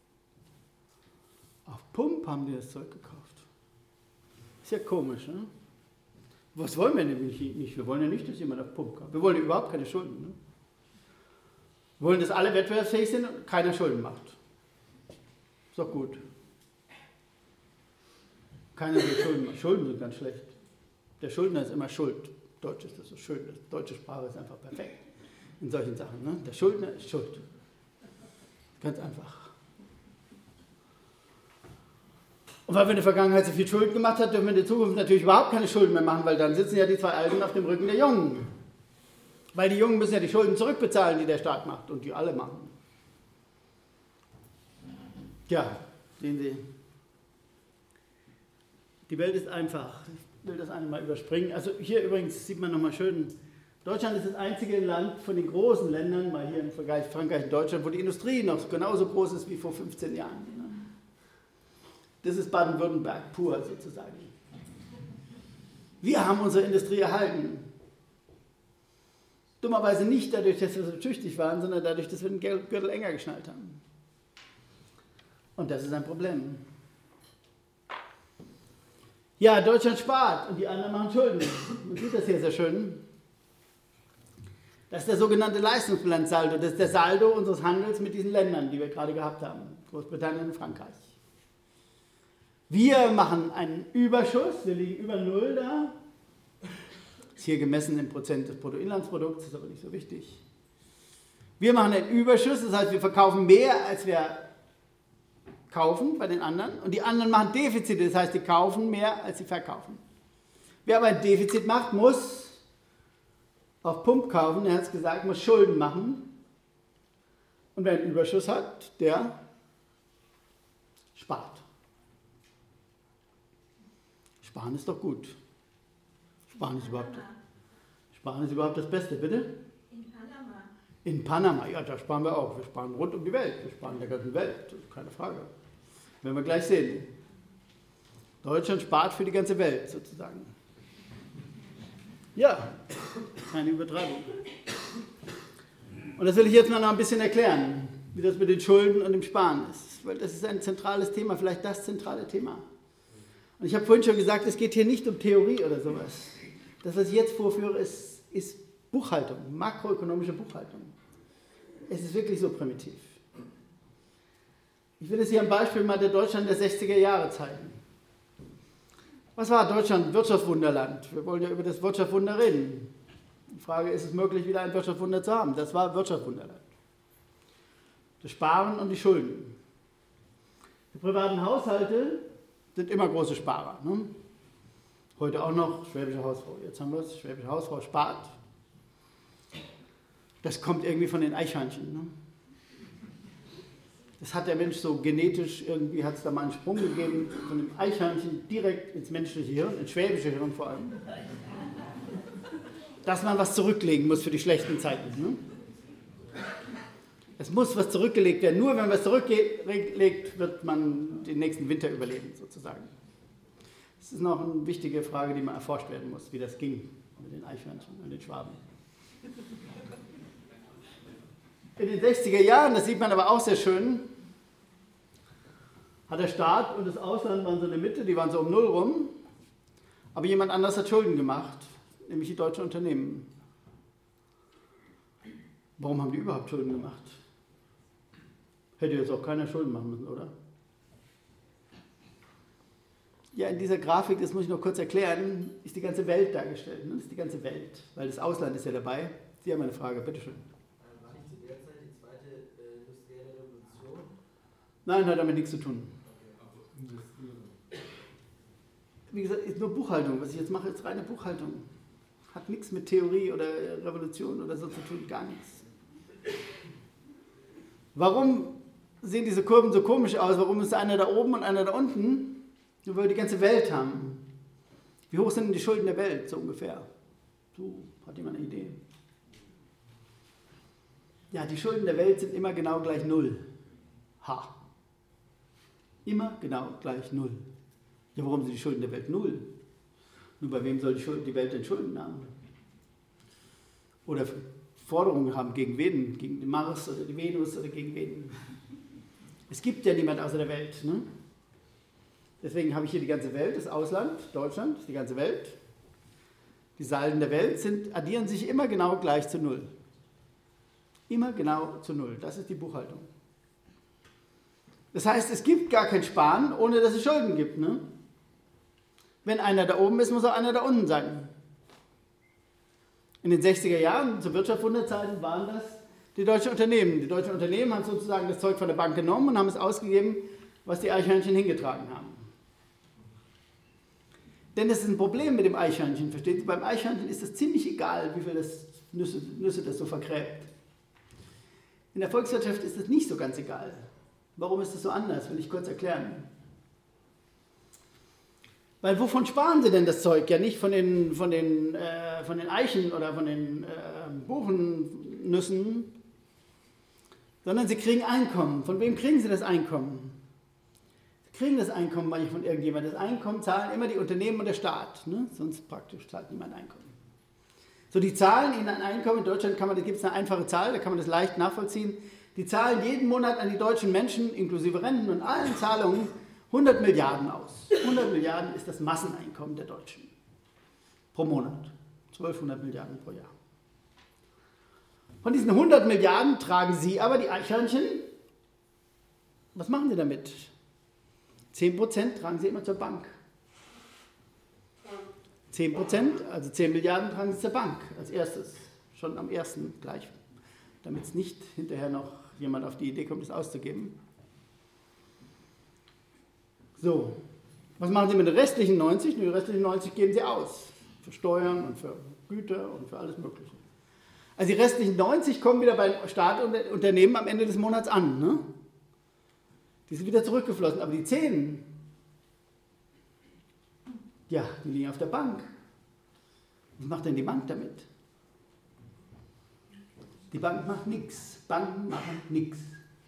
auf Pump haben die das Zeug gekauft. Ist ja komisch, ne? Was wollen wir nämlich nicht? Wir wollen ja nicht, dass jemand auf Pump kauft. Wir wollen ja überhaupt keine Schulden. Ne? Wir wollen, dass alle wettbewerbsfähig sind und keiner Schulden macht. Ist doch gut. Keiner will Schulden machen. Schulden sind ganz schlecht. Der Schuldner ist immer schuld. Deutsch ist das so schön. Die deutsche Sprache ist einfach perfekt in solchen Sachen. Ne? Der Schuldner ist schuld. Ganz einfach. Und weil wir in der Vergangenheit so viel Schulden gemacht haben, dürfen wir in der Zukunft natürlich überhaupt keine Schulden mehr machen, weil dann sitzen ja die zwei Alten auf dem Rücken der Jungen. Weil die Jungen müssen ja die Schulden zurückbezahlen, die der Staat macht und die alle machen. Ja, sehen Sie. Die Welt ist einfach. Ich will das einmal überspringen. Also hier übrigens sieht man nochmal schön, Deutschland ist das einzige Land von den großen Ländern, mal hier im Vergleich Frankreich und Deutschland, wo die Industrie noch genauso groß ist wie vor 15 Jahren. Das ist Baden-Württemberg pur sozusagen. Wir haben unsere Industrie erhalten. Dummerweise nicht dadurch, dass wir so tüchtig waren, sondern dadurch, dass wir den Gürtel enger geschnallt haben. Und das ist ein Problem. Ja, Deutschland spart und die anderen machen Schulden. Man sieht das hier sehr schön. Das ist der sogenannte Leistungsbilanzsaldo. Das ist der Saldo unseres Handels mit diesen Ländern, die wir gerade gehabt haben. Großbritannien und Frankreich. Wir machen einen Überschuss, wir liegen über Null da. Ist hier gemessen im Prozent des Bruttoinlandsprodukts, ist aber nicht so wichtig. Wir machen einen Überschuss, das heißt, wir verkaufen mehr, als wir kaufen bei den anderen. Und die anderen machen Defizite, das heißt, die kaufen mehr, als sie verkaufen. Wer aber ein Defizit macht, muss auf Pump kaufen, er hat es gesagt, muss Schulden machen. Und wer einen Überschuss hat, der spart. Sparen ist doch gut. Sparen ist überhaupt das Beste, bitte? In Panama. In Panama, ja, da sparen wir auch. Wir sparen rund um die Welt. Wir sparen in der ganzen Welt, das ist keine Frage. Werden wir gleich sehen. Deutschland spart für die ganze Welt sozusagen. Ja, keine Übertreibung. Und das will ich jetzt mal noch ein bisschen erklären, wie das mit den Schulden und dem Sparen ist. Weil das ist ein zentrales Thema, vielleicht das zentrale Thema. Und ich habe vorhin schon gesagt, es geht hier nicht um Theorie oder sowas. Das, was ich jetzt vorführe, ist Buchhaltung, makroökonomische Buchhaltung. Es ist wirklich so primitiv. Ich will es hier am Beispiel mal der Deutschland der 60er Jahre zeigen. Was war Deutschland? Wirtschaftswunderland. Wir wollen ja über das Wirtschaftswunder reden. Die Frage, ist es möglich, wieder ein Wirtschaftswunder zu haben? Das war Wirtschaftswunderland. Das Sparen und die Schulden. Die privaten Haushalte sind immer große Sparer. Ne? Heute auch noch Schwäbische Hausfrau. Jetzt haben wir es, Schwäbische Hausfrau spart. Das kommt irgendwie von den Eichhörnchen. Ne? Das hat der Mensch so genetisch, irgendwie hat es da mal einen Sprung gegeben, von dem Eichhörnchen direkt ins menschliche Hirn, ins schwäbische Hirn vor allem. Dass man was zurücklegen muss für die schlechten Zeiten. Ne? Es muss was zurückgelegt werden. Nur wenn man was zurücklegt, wird man den nächsten Winter überleben, sozusagen. Das ist noch eine wichtige Frage, die mal erforscht werden muss, wie das ging mit den Eichhörnchen und den Schwaben. In den 60er Jahren, das sieht man aber auch sehr schön, hat der Staat und das Ausland waren so in der Mitte, die waren so um Null rum, aber jemand anders hat Schulden gemacht, nämlich die deutschen Unternehmen. Warum haben die überhaupt Schulden gemacht? Hätte jetzt auch keiner Schulden machen müssen, oder? Ja, in dieser Grafik, das muss ich noch kurz erklären, ist die ganze Welt dargestellt. Ne? Das ist die ganze Welt, weil das Ausland ist ja dabei. Sie haben eine Frage, bitteschön. War nicht zu der Zeit die zweite industrielle Revolution? Nein, hat damit nichts zu tun. Wie gesagt, ist nur Buchhaltung. Was ich jetzt mache, ist reine Buchhaltung. Hat nichts mit Theorie oder Revolution oder so zu tun, gar nichts. Warum sehen diese Kurven so komisch aus? Warum ist einer da oben und einer da unten? Nur weil wir die ganze Welt haben. Wie hoch sind denn die Schulden der Welt, so ungefähr? So, hat jemand eine Idee? Ja, die Schulden der Welt sind immer genau gleich Null. Ha. Immer genau gleich Null. Ja, warum sind die Schulden der Welt Null? Nur bei wem soll die Welt denn Schulden haben? Oder Forderungen haben gegen wen? Gegen den Mars oder die Venus oder gegen wen? Es gibt ja niemand außer der Welt. Ne? Deswegen habe ich hier die ganze Welt, das Ausland, Deutschland, die ganze Welt. Die Salden der Welt addieren sich immer genau gleich zu Null. Immer genau zu Null. Das ist die Buchhaltung. Das heißt, es gibt gar kein Sparen, ohne dass es Schulden gibt. Ne? Wenn einer da oben ist, muss auch einer da unten sein. In den 60er Jahren, zu Wirtschaftswunderzeiten, waren das die deutschen Unternehmen. Die deutschen Unternehmen haben sozusagen das Zeug von der Bank genommen und haben es ausgegeben, was die Eichhörnchen hingetragen haben. Denn das ist ein Problem mit dem Eichhörnchen, versteht ihr? Beim Eichhörnchen ist es ziemlich egal, wie viel Nüsse das so vergräbt. In der Volkswirtschaft ist es nicht so ganz egal. Warum ist das so anders? Will ich kurz erklären. Weil wovon sparen sie denn das Zeug? Ja nicht von den Eichen oder von den Buchennüssen, sondern sie kriegen Einkommen. Von wem kriegen sie das Einkommen? Sie kriegen das Einkommen manchmal von irgendjemandem. Das Einkommen zahlen immer die Unternehmen und der Staat. Ne? Sonst praktisch zahlt niemand Einkommen. So, die zahlen ihnen ein Einkommen. In Deutschland gibt es eine einfache Zahl, da kann man das leicht nachvollziehen. Die zahlen jeden Monat an die deutschen Menschen, inklusive Renten und allen Zahlungen, 100 Milliarden aus. 100 Milliarden ist das Masseneinkommen der Deutschen. Pro Monat. 1200 Milliarden pro Jahr. Von diesen 100 Milliarden tragen Sie aber, die Eichhörnchen, was machen Sie damit? 10% tragen Sie immer zur Bank. 10%, also 10 Milliarden tragen Sie zur Bank als erstes. Schon am ersten gleich. Damit es nicht hinterher noch jemand auf die Idee kommt, es auszugeben. So, was machen Sie mit den restlichen 90? Die restlichen 90 geben Sie aus. Für Steuern und für Güter und für alles Mögliche. Also die restlichen 90 kommen wieder beim Staat und Unternehmen am Ende des Monats an. Ne? Die sind wieder zurückgeflossen. Aber die 10, ja, die liegen auf der Bank. Was macht denn die Bank damit? Die Bank macht nichts. Banken machen nichts.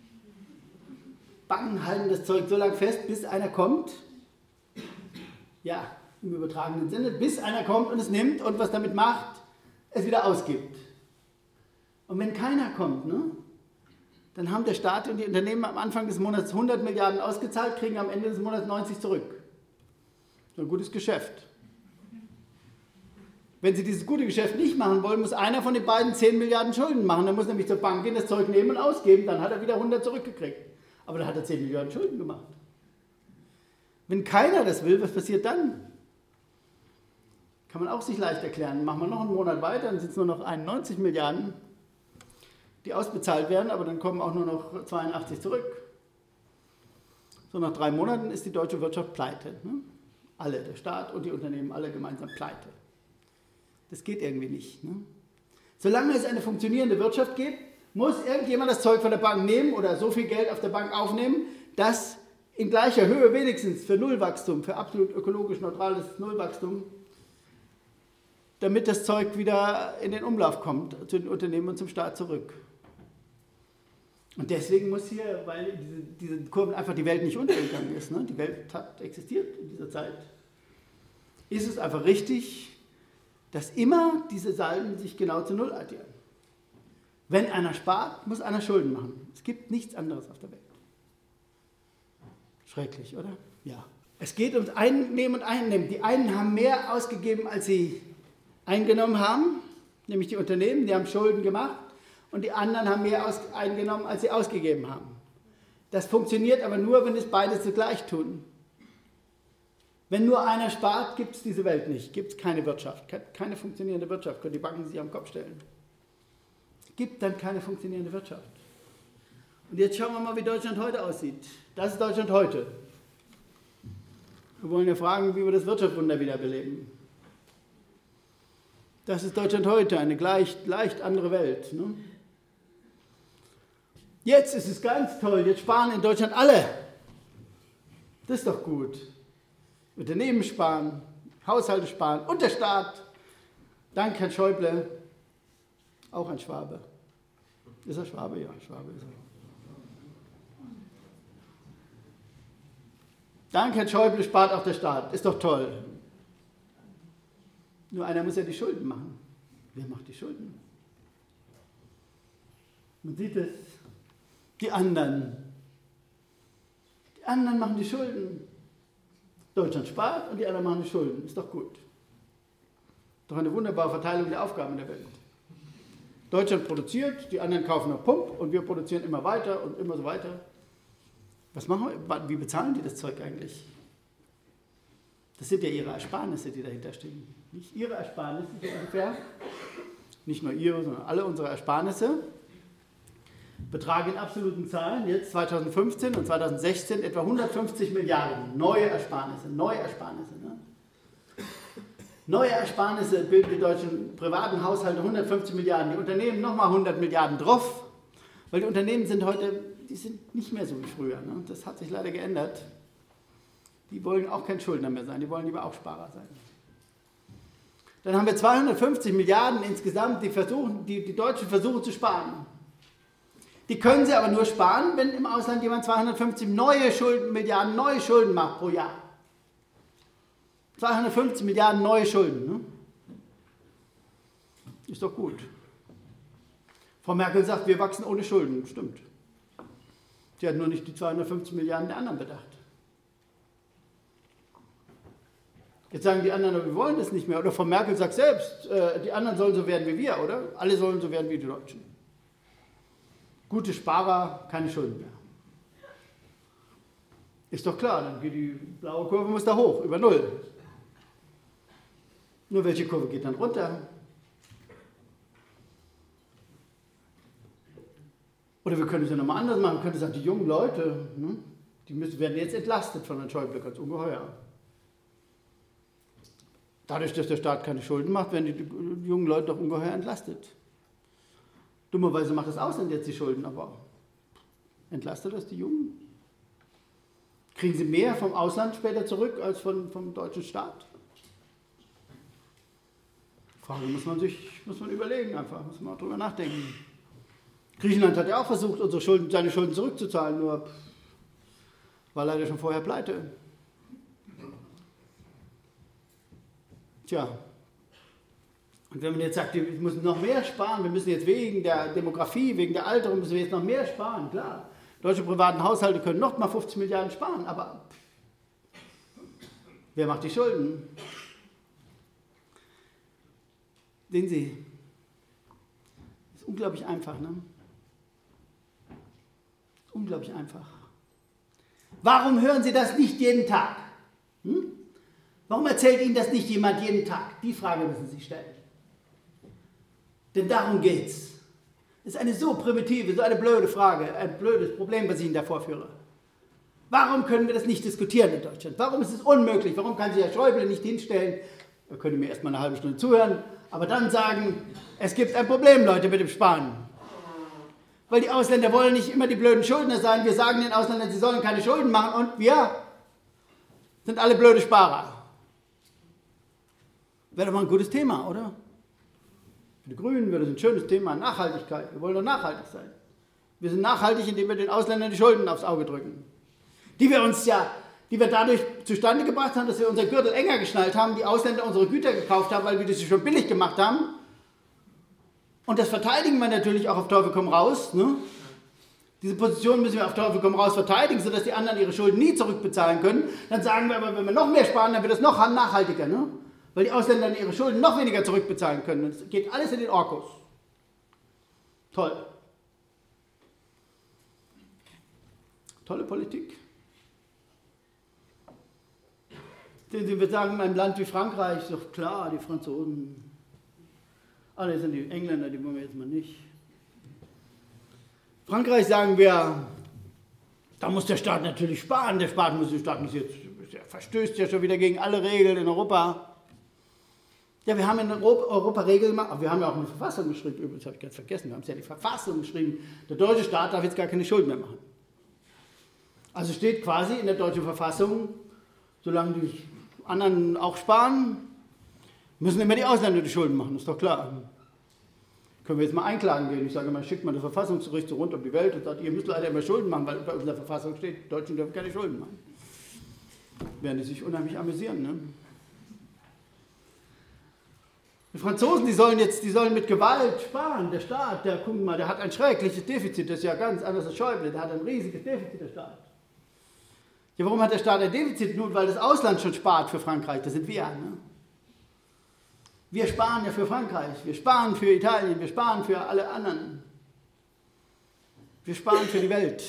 Banken halten das Zeug so lange fest, bis einer kommt. Ja, im übertragenen Sinne, bis einer kommt und es nimmt und was damit macht, es wieder ausgibt. Und wenn keiner kommt, ne, dann haben der Staat und die Unternehmen am Anfang des Monats 100 Milliarden ausgezahlt, kriegen am Ende des Monats 90 zurück. So ein gutes Geschäft. Wenn Sie dieses gute Geschäft nicht machen wollen, muss einer von den beiden 10 Milliarden Schulden machen. Dann muss nämlich zur Bank gehen, das Zeug nehmen und ausgeben. Dann hat er wieder 100 zurückgekriegt. Aber dann hat er 10 Milliarden Schulden gemacht. Wenn keiner das will, was passiert dann? Kann man auch sich leicht erklären. Machen wir noch einen Monat weiter, dann sind es nur noch 91 Milliarden, die ausbezahlt werden, aber dann kommen auch nur noch 82 zurück. So nach 3 Monaten ist die deutsche Wirtschaft pleite. Ne? Alle, der Staat und die Unternehmen, alle gemeinsam pleite. Das geht irgendwie nicht. Ne? Solange es eine funktionierende Wirtschaft gibt, muss irgendjemand das Zeug von der Bank nehmen oder so viel Geld auf der Bank aufnehmen, dass in gleicher Höhe wenigstens für Nullwachstum, für absolut ökologisch neutrales Nullwachstum, damit das Zeug wieder in den Umlauf kommt, zu den Unternehmen und zum Staat zurück. Und deswegen muss hier, weil diese Kurven einfach die Welt nicht untergegangen ist, ne? Die Welt hat existiert in dieser Zeit, ist es einfach richtig, dass immer diese Salden sich genau zu Null addieren. Wenn einer spart, muss einer Schulden machen. Es gibt nichts anderes auf der Welt. Schrecklich, oder? Ja. Es geht ums Einnehmen und Einnehmen. Die einen haben mehr ausgegeben, als sie eingenommen haben, nämlich die Unternehmen, die haben Schulden gemacht, und die anderen haben mehr eingenommen, als sie ausgegeben haben. Das funktioniert aber nur, wenn es beide zugleich tun. Wenn nur einer spart, gibt es diese Welt nicht, gibt es keine Wirtschaft, keine funktionierende Wirtschaft, können die Banken sich am Kopf stellen. Es gibt dann keine funktionierende Wirtschaft. Und jetzt schauen wir mal, wie Deutschland heute aussieht. Das ist Deutschland heute. Wir wollen ja fragen, wie wir das Wirtschaftswunder wiederbeleben. Das ist Deutschland heute, eine leicht andere Welt. Ne? Jetzt ist es ganz toll, jetzt sparen in Deutschland alle. Das ist doch gut. Unternehmen sparen, Haushalte sparen und der Staat. Dank Herrn Schäuble, auch ein Schwabe. Ist er Schwabe? Ja, Schwabe ist er. Dank Herrn Schäuble spart auch der Staat. Ist doch toll. Nur einer muss ja die Schulden machen. Wer macht die Schulden? Man sieht es. Die anderen. Die anderen machen die Schulden. Deutschland spart und die anderen machen die Schulden. Ist doch gut. Doch eine wunderbare Verteilung der Aufgaben in der Welt. Deutschland produziert, die anderen kaufen noch Pump und wir produzieren immer weiter und immer so weiter. Was machen wir? Wie bezahlen die das Zeug eigentlich? Das sind ja ihre Ersparnisse, die dahinter stehen. Nicht ihre Ersparnisse, so ungefähr. Nicht nur ihre, sondern alle unsere Ersparnisse betragen in absoluten Zahlen jetzt 2015 und 2016 etwa 150 Milliarden neue Ersparnisse. Ne? Neue Ersparnisse bilden die deutschen privaten Haushalte 150 Milliarden, die Unternehmen nochmal 100 Milliarden drauf, weil die Unternehmen sind heute, die sind nicht mehr so wie früher. Ne? Das hat sich leider geändert. Die wollen auch kein Schuldner mehr sein, die wollen lieber auch Sparer sein. Dann haben wir 250 Milliarden insgesamt, die Deutschen versuchen zu sparen. Die können sie aber nur sparen, wenn im Ausland jemand 250 Milliarden neue Schulden macht pro Jahr. 250 Milliarden neue Schulden. Ne? Ist doch gut. Frau Merkel sagt, wir wachsen ohne Schulden. Stimmt. Sie hat nur nicht die 250 Milliarden der anderen bedacht. Jetzt sagen die anderen, wir wollen das nicht mehr. Oder Frau Merkel sagt selbst, die anderen sollen so werden wie wir, oder? Alle sollen so werden wie die Deutschen. Gute Sparer, keine Schulden mehr. Ist doch klar, dann geht die blaue Kurve muss da hoch, über Null. Nur welche Kurve geht dann runter? Oder wir können es ja nochmal anders machen. Wir können sagen, die jungen Leute, ne, werden jetzt entlastet von Herrn Schäuble, ganz ungeheuer. Dadurch, dass der Staat keine Schulden macht, werden die jungen Leute doch ungeheuer entlastet. Dummerweise macht das Ausland jetzt die Schulden, aber entlastet das die Jungen? Kriegen sie mehr vom Ausland später zurück als vom deutschen Staat? Frage muss man überlegen einfach, muss man drüber nachdenken. Griechenland hat ja auch versucht, seine Schulden zurückzuzahlen, nur war leider schon vorher pleite. Tja, und wenn man jetzt sagt, wir müssen noch mehr sparen, wir müssen jetzt wegen der Demografie, wegen der Alterung, müssen wir jetzt noch mehr sparen, klar. Deutsche privaten Haushalte können noch mal 50 Milliarden sparen, aber wer macht die Schulden? Sehen Sie, das ist unglaublich einfach, ne? Unglaublich einfach. Warum hören Sie das nicht jeden Tag? Warum erzählt Ihnen das nicht jemand jeden Tag? Die Frage müssen Sie stellen. Denn darum geht's. Das ist eine so primitive, so eine blöde Frage, ein blödes Problem, was ich Ihnen da vorführe. Warum können wir das nicht diskutieren in Deutschland? Warum ist es unmöglich? Warum kann sich Herr Schäuble nicht hinstellen? Da können Sie mir erstmal eine halbe Stunde zuhören, aber dann sagen, es gibt ein Problem, Leute, mit dem Sparen. Weil die Ausländer wollen nicht immer die blöden Schuldner sein. Wir sagen den Ausländern, sie sollen keine Schulden machen und wir sind alle blöde Sparer. Wäre doch mal ein gutes Thema, oder? Für die Grünen wäre das ein schönes Thema, Nachhaltigkeit. Wir wollen doch nachhaltig sein. Wir sind nachhaltig, indem wir den Ausländern die Schulden aufs Auge drücken. Die wir dadurch zustande gebracht haben, dass wir unseren Gürtel enger geschnallt haben, die Ausländer unsere Güter gekauft haben, weil wir das schon billig gemacht haben. Und das verteidigen wir natürlich auch auf Teufel komm raus. Ne? Diese Position müssen wir auf Teufel komm raus verteidigen, sodass die anderen ihre Schulden nie zurückbezahlen können. Dann sagen wir aber, wenn wir noch mehr sparen, dann wird das noch nachhaltiger. Ne? Weil die Ausländer ihre Schulden noch weniger zurückbezahlen können. Das geht alles in den Orkus. Toll. Tolle Politik. Wir sagen in einem Land wie Frankreich, ist doch klar, die Franzosen. Das sind die Engländer, die wollen wir jetzt mal nicht. Frankreich sagen wir, da muss der Staat natürlich sparen. Der Staat muss jetzt, der verstößt ja schon wieder gegen alle Regeln in Europa. Ja, wir haben in Europa Regeln gemacht, aber wir haben ja auch eine Verfassung geschrieben. Übrigens habe ich ganz vergessen, wir haben es ja die Verfassung geschrieben. Der deutsche Staat darf jetzt gar keine Schulden mehr machen. Also steht quasi in der deutschen Verfassung, solange die anderen auch sparen, müssen immer die Ausländer die Schulden machen, ist doch klar. Können wir jetzt mal einklagen gehen. Ich sage mal, schickt mal das Verfassungsgericht so rund um die Welt und sagt, ihr müsst leider immer Schulden machen, weil bei uns in der Verfassung steht, die Deutschen dürfen keine Schulden machen. Werden die sich unheimlich amüsieren, ne? Die Franzosen, die sollen mit Gewalt sparen. Der Staat, guck mal, der hat ein schreckliches Defizit, das ist ja ganz anders als Schäuble, der hat ein riesiges Defizit, der Staat. Ja, warum hat der Staat ein Defizit? Nur weil das Ausland schon spart für Frankreich, das sind wir, ne? Wir sparen ja für Frankreich, wir sparen für Italien, wir sparen für alle anderen. Wir sparen für die Welt.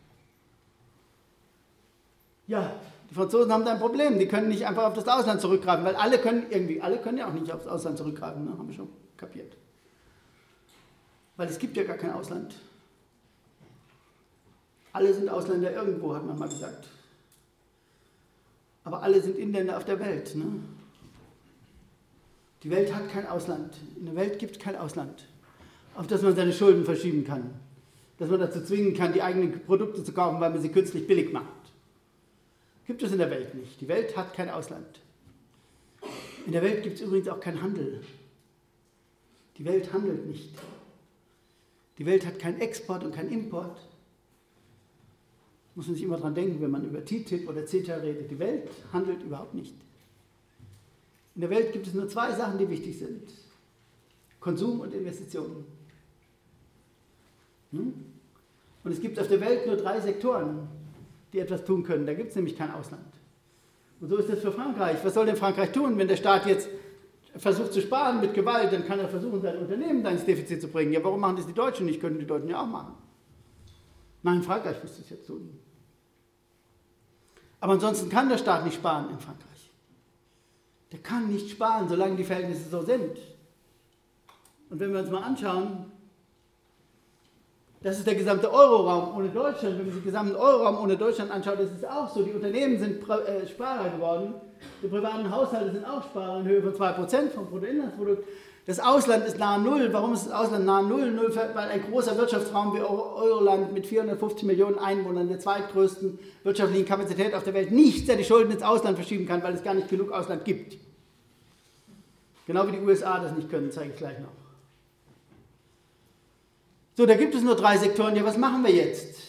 Ja, die Franzosen haben da ein Problem, die können nicht einfach auf das Ausland zurückgreifen, weil alle können ja auch nicht aufs Ausland zurückgreifen, ne? Haben wir schon kapiert. Weil es gibt ja gar kein Ausland. Alle sind Ausländer irgendwo, hat man mal gesagt. Aber alle sind Inländer auf der Welt, ne? Die Welt hat kein Ausland. In der Welt gibt es kein Ausland, auf das man seine Schulden verschieben kann. Dass man dazu zwingen kann, die eigenen Produkte zu kaufen, weil man sie künstlich billig macht. Gibt es in der Welt nicht. Die Welt hat kein Ausland. In der Welt gibt es übrigens auch keinen Handel. Die Welt handelt nicht. Die Welt hat keinen Export und keinen Import. Muss man sich immer dran denken, wenn man über TTIP oder CETA redet. Die Welt handelt überhaupt nicht. In der Welt gibt es nur zwei Sachen, die wichtig sind. Konsum und Investitionen. Und es gibt auf der Welt nur 3 Sektoren, die etwas tun können. Da gibt es nämlich kein Ausland. Und so ist es für Frankreich. Was soll denn Frankreich tun, wenn der Staat jetzt versucht zu sparen mit Gewalt? Dann kann er versuchen, sein Unternehmen ins Defizit zu bringen. Ja, warum machen das die Deutschen nicht? Können die Deutschen ja auch machen. Nein, Frankreich muss das jetzt tun. Aber ansonsten kann der Staat nicht sparen in Frankreich. Der kann nicht sparen, solange die Verhältnisse so sind. Und wenn wir uns mal anschauen, das ist der gesamte Euroraum ohne Deutschland. Wenn man sich den gesamten Euroraum ohne Deutschland anschaut, ist es auch so. Die Unternehmen sind Sparer geworden. Die privaten Haushalte sind auch Sparer in Höhe von 2% vom Bruttoinlandsprodukt. Das Ausland ist nahe Null. Warum ist das Ausland nahe Null? Weil ein großer Wirtschaftsraum wie Euroland mit 450 Millionen Einwohnern, der zweitgrößten wirtschaftlichen Kapazität auf der Welt, nicht die Schulden ins Ausland verschieben kann, weil es gar nicht genug Ausland gibt. Genau wie die USA das nicht können, zeige ich gleich noch. So, da gibt es nur 3 Sektoren. Ja, was machen wir jetzt?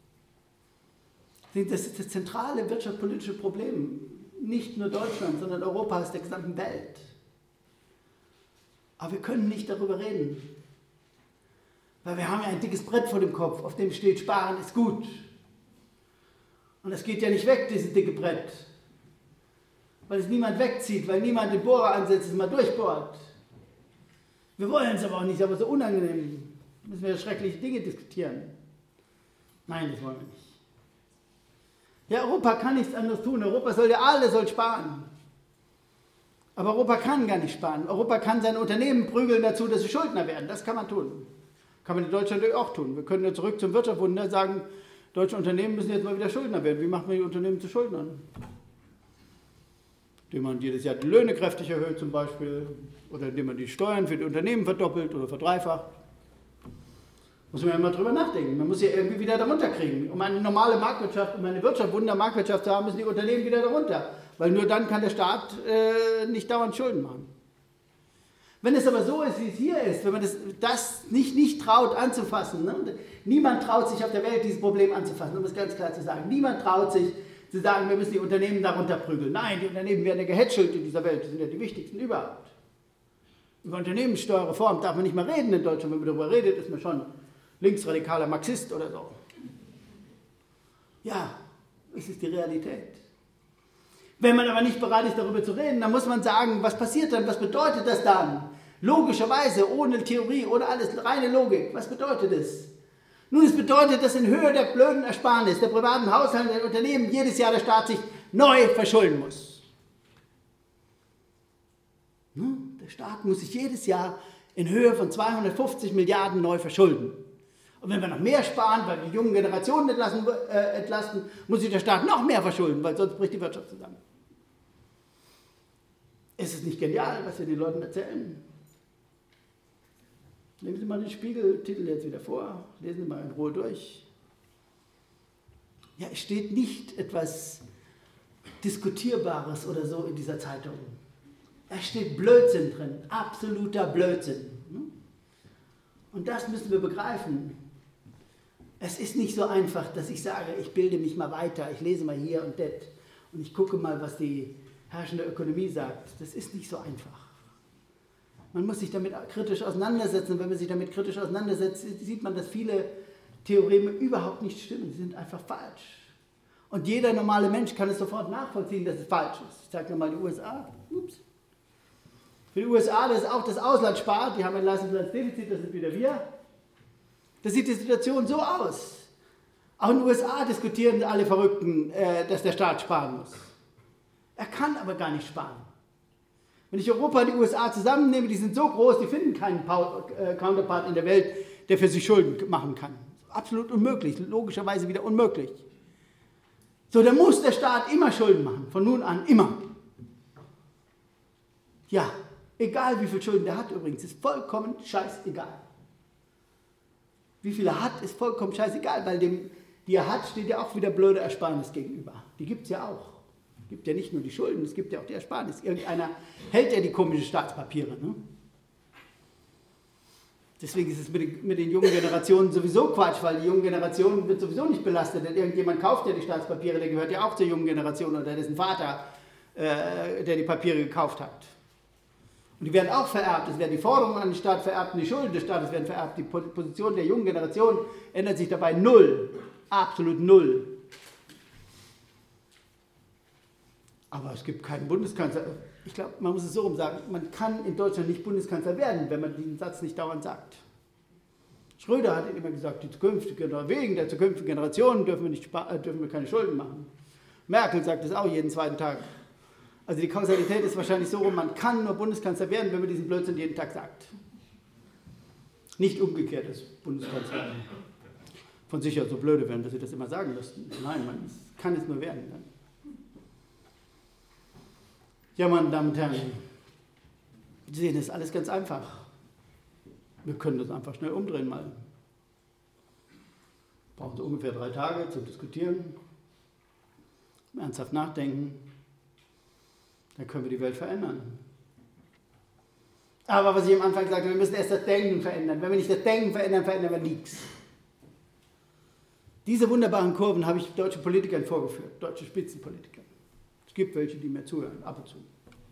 Das ist das zentrale wirtschaftspolitische Problem. Nicht nur Deutschland, sondern Europas, der gesamten Welt. Aber wir können nicht darüber reden. Weil wir haben ja ein dickes Brett vor dem Kopf, auf dem steht, Sparen ist gut. Und das geht ja nicht weg, dieses dicke Brett. Weil es niemand wegzieht, weil niemand den Bohrer ansetzt und mal durchbohrt. Wir wollen es aber auch nicht, aber so unangenehm. Müssen wir schreckliche Dinge diskutieren. Nein, das wollen wir nicht. Ja, Europa kann nichts anderes tun. Europa soll sparen. Aber Europa kann gar nicht sparen. Europa kann seine Unternehmen prügeln dazu, dass sie Schuldner werden. Das kann man tun. Kann man in Deutschland auch tun. Wir können ja zurück zum Wirtschaftswunder sagen, deutsche Unternehmen müssen jetzt mal wieder Schuldner werden. Wie macht man die Unternehmen zu Schuldnern? Indem man jedes Jahr die Löhne kräftig erhöht zum Beispiel. Oder indem man die Steuern für die Unternehmen verdoppelt oder verdreifacht. Muss man ja mal drüber nachdenken. Man muss ja irgendwie wieder darunter kriegen. Um eine normale Marktwirtschaft, um eine Marktwirtschaft zu haben, müssen die Unternehmen wieder darunter. Weil nur dann kann der Staat nicht dauernd Schulden machen. Wenn es aber so ist, wie es hier ist, wenn man das nicht traut anzufassen, ne? Niemand traut sich auf der Welt, dieses Problem anzufassen, um es ganz klar zu sagen. Niemand traut sich zu sagen, wir müssen die Unternehmen darunter prügeln. Nein, die Unternehmen werden ja gehätschelt in dieser Welt. Die sind ja die wichtigsten überhaupt. Über Unternehmenssteuerreform darf man nicht mehr reden in Deutschland. Wenn man darüber redet, ist man schon linksradikaler Marxist oder so. Ja, das ist die Realität. Wenn man aber nicht bereit ist, darüber zu reden, dann muss man sagen, was passiert dann, was bedeutet das dann? Logischerweise, ohne Theorie, ohne alles, reine Logik, was bedeutet es? Nun, es bedeutet, dass in Höhe der blöden Ersparnis der privaten Haushalte, der Unternehmen, jedes Jahr der Staat sich neu verschulden muss. Der Staat muss sich jedes Jahr in Höhe von 250 Milliarden neu verschulden. Und wenn wir noch mehr sparen, weil wir die jungen Generationen entlasten, muss sich der Staat noch mehr verschulden, weil sonst bricht die Wirtschaft zusammen. Ist es nicht genial, was wir den Leuten erzählen? Nehmen Sie mal den Spiegeltitel jetzt wieder vor, lesen Sie mal in Ruhe durch. Ja, es steht nicht etwas Diskutierbares oder so in dieser Zeitung. Da steht Blödsinn drin, absoluter Blödsinn. Und das müssen wir begreifen. Es ist nicht so einfach, dass ich sage, ich bilde mich mal weiter, ich lese mal hier und dort und ich gucke mal, was die herrschende Ökonomie sagt. Das ist nicht so einfach. Man muss sich damit kritisch auseinandersetzen. Und wenn man sich damit kritisch auseinandersetzt, sieht man, dass viele Theoreme überhaupt nicht stimmen. Sie sind einfach falsch. Und jeder normale Mensch kann es sofort nachvollziehen, dass es falsch ist. Ich zeige nochmal die USA. Ups. Für die USA, das ist auch das Ausland spart, die haben ein Leistungsbilanzdefizit, das sind wieder wir. Da sieht die Situation so aus. Auch in den USA diskutieren alle Verrückten, dass der Staat sparen muss. Er kann aber gar nicht sparen. Wenn ich Europa und die USA zusammennehme, die sind so groß, die finden keinen Counterpart in der Welt, der für sie Schulden machen kann. Absolut unmöglich, logischerweise wieder unmöglich. So, dann muss der Staat immer Schulden machen, von nun an immer. Ja, egal wie viel Schulden der hat übrigens, ist vollkommen scheißegal. Wie viel er hat, ist vollkommen scheißegal, weil dem, die er hat, steht ja auch wieder blöde Ersparnis gegenüber. Die gibt es ja auch. Es gibt ja nicht nur die Schulden, es gibt ja auch die Ersparnis. Irgendeiner hält ja die komischen Staatspapiere. Ne? Deswegen ist es mit den jungen Generationen sowieso Quatsch, weil die junge Generation wird sowieso nicht belastet, denn irgendjemand kauft ja die Staatspapiere, der gehört ja auch zur jungen Generation oder dessen Vater, der die Papiere gekauft hat. Und die werden auch vererbt, es werden die Forderungen an den Staat vererbt und die Schulden des Staates werden vererbt. Die Position der jungen Generation ändert sich dabei null, absolut null. Aber es gibt keinen Bundeskanzler. Ich glaube, man muss es so rum sagen, man kann in Deutschland nicht Bundeskanzler werden, wenn man diesen Satz nicht dauernd sagt. Schröder hat immer gesagt, wegen der zukünftigen Generationen dürfen wir keine Schulden machen. Merkel sagt es auch jeden zweiten Tag. Also die Kausalität ist wahrscheinlich so rum, man kann nur Bundeskanzler werden, wenn man diesen Blödsinn jeden Tag sagt. Nicht umgekehrt ist Bundeskanzler von sich aus so blöde werden, dass sie das immer sagen müssten. Nein, man kann es nur werden. Ja, meine Damen und Herren, Sie sehen, das ist alles ganz einfach. Wir können das einfach schnell umdrehen mal. Brauchen Sie ungefähr 3 Tage zu diskutieren, ernsthaft nachdenken. Dann können wir die Welt verändern. Aber was ich am Anfang sagte, wir müssen erst das Denken verändern. Wenn wir nicht das Denken verändern, verändern wir nichts. Diese wunderbaren Kurven habe ich deutschen Politikern vorgeführt, deutsche Spitzenpolitikern. Es gibt welche, die mir zuhören, ab und zu.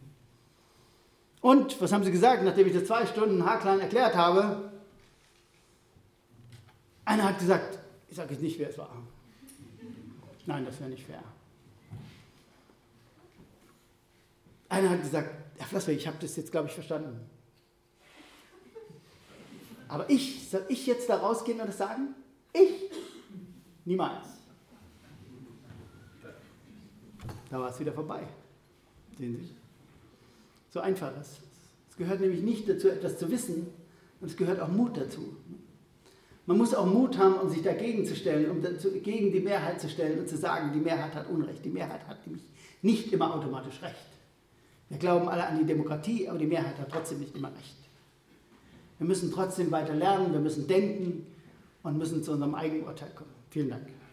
Und, was haben sie gesagt, nachdem ich das 2 Stunden haarklein erklärt habe? Einer hat gesagt, ich sage jetzt nicht, wer es war. Nein, das wäre nicht fair. Einer hat gesagt, Herr Flassbeck, ich habe das jetzt, glaube ich, verstanden. Aber soll ich jetzt da rausgehen und das sagen? Ich? Niemals. Da war es wieder vorbei. Sehen Sie? So einfach ist es. Es gehört nämlich nicht dazu, etwas zu wissen, und es gehört auch Mut dazu. Man muss auch Mut haben, um sich dagegen zu stellen, um gegen die Mehrheit zu stellen und zu sagen, die Mehrheit hat Unrecht. Die Mehrheit hat nämlich nicht immer automatisch Recht. Wir glauben alle an die Demokratie, aber die Mehrheit hat trotzdem nicht immer Recht. Wir müssen trotzdem weiter lernen, wir müssen denken und müssen zu unserem eigenen Urteil kommen. Vielen Dank.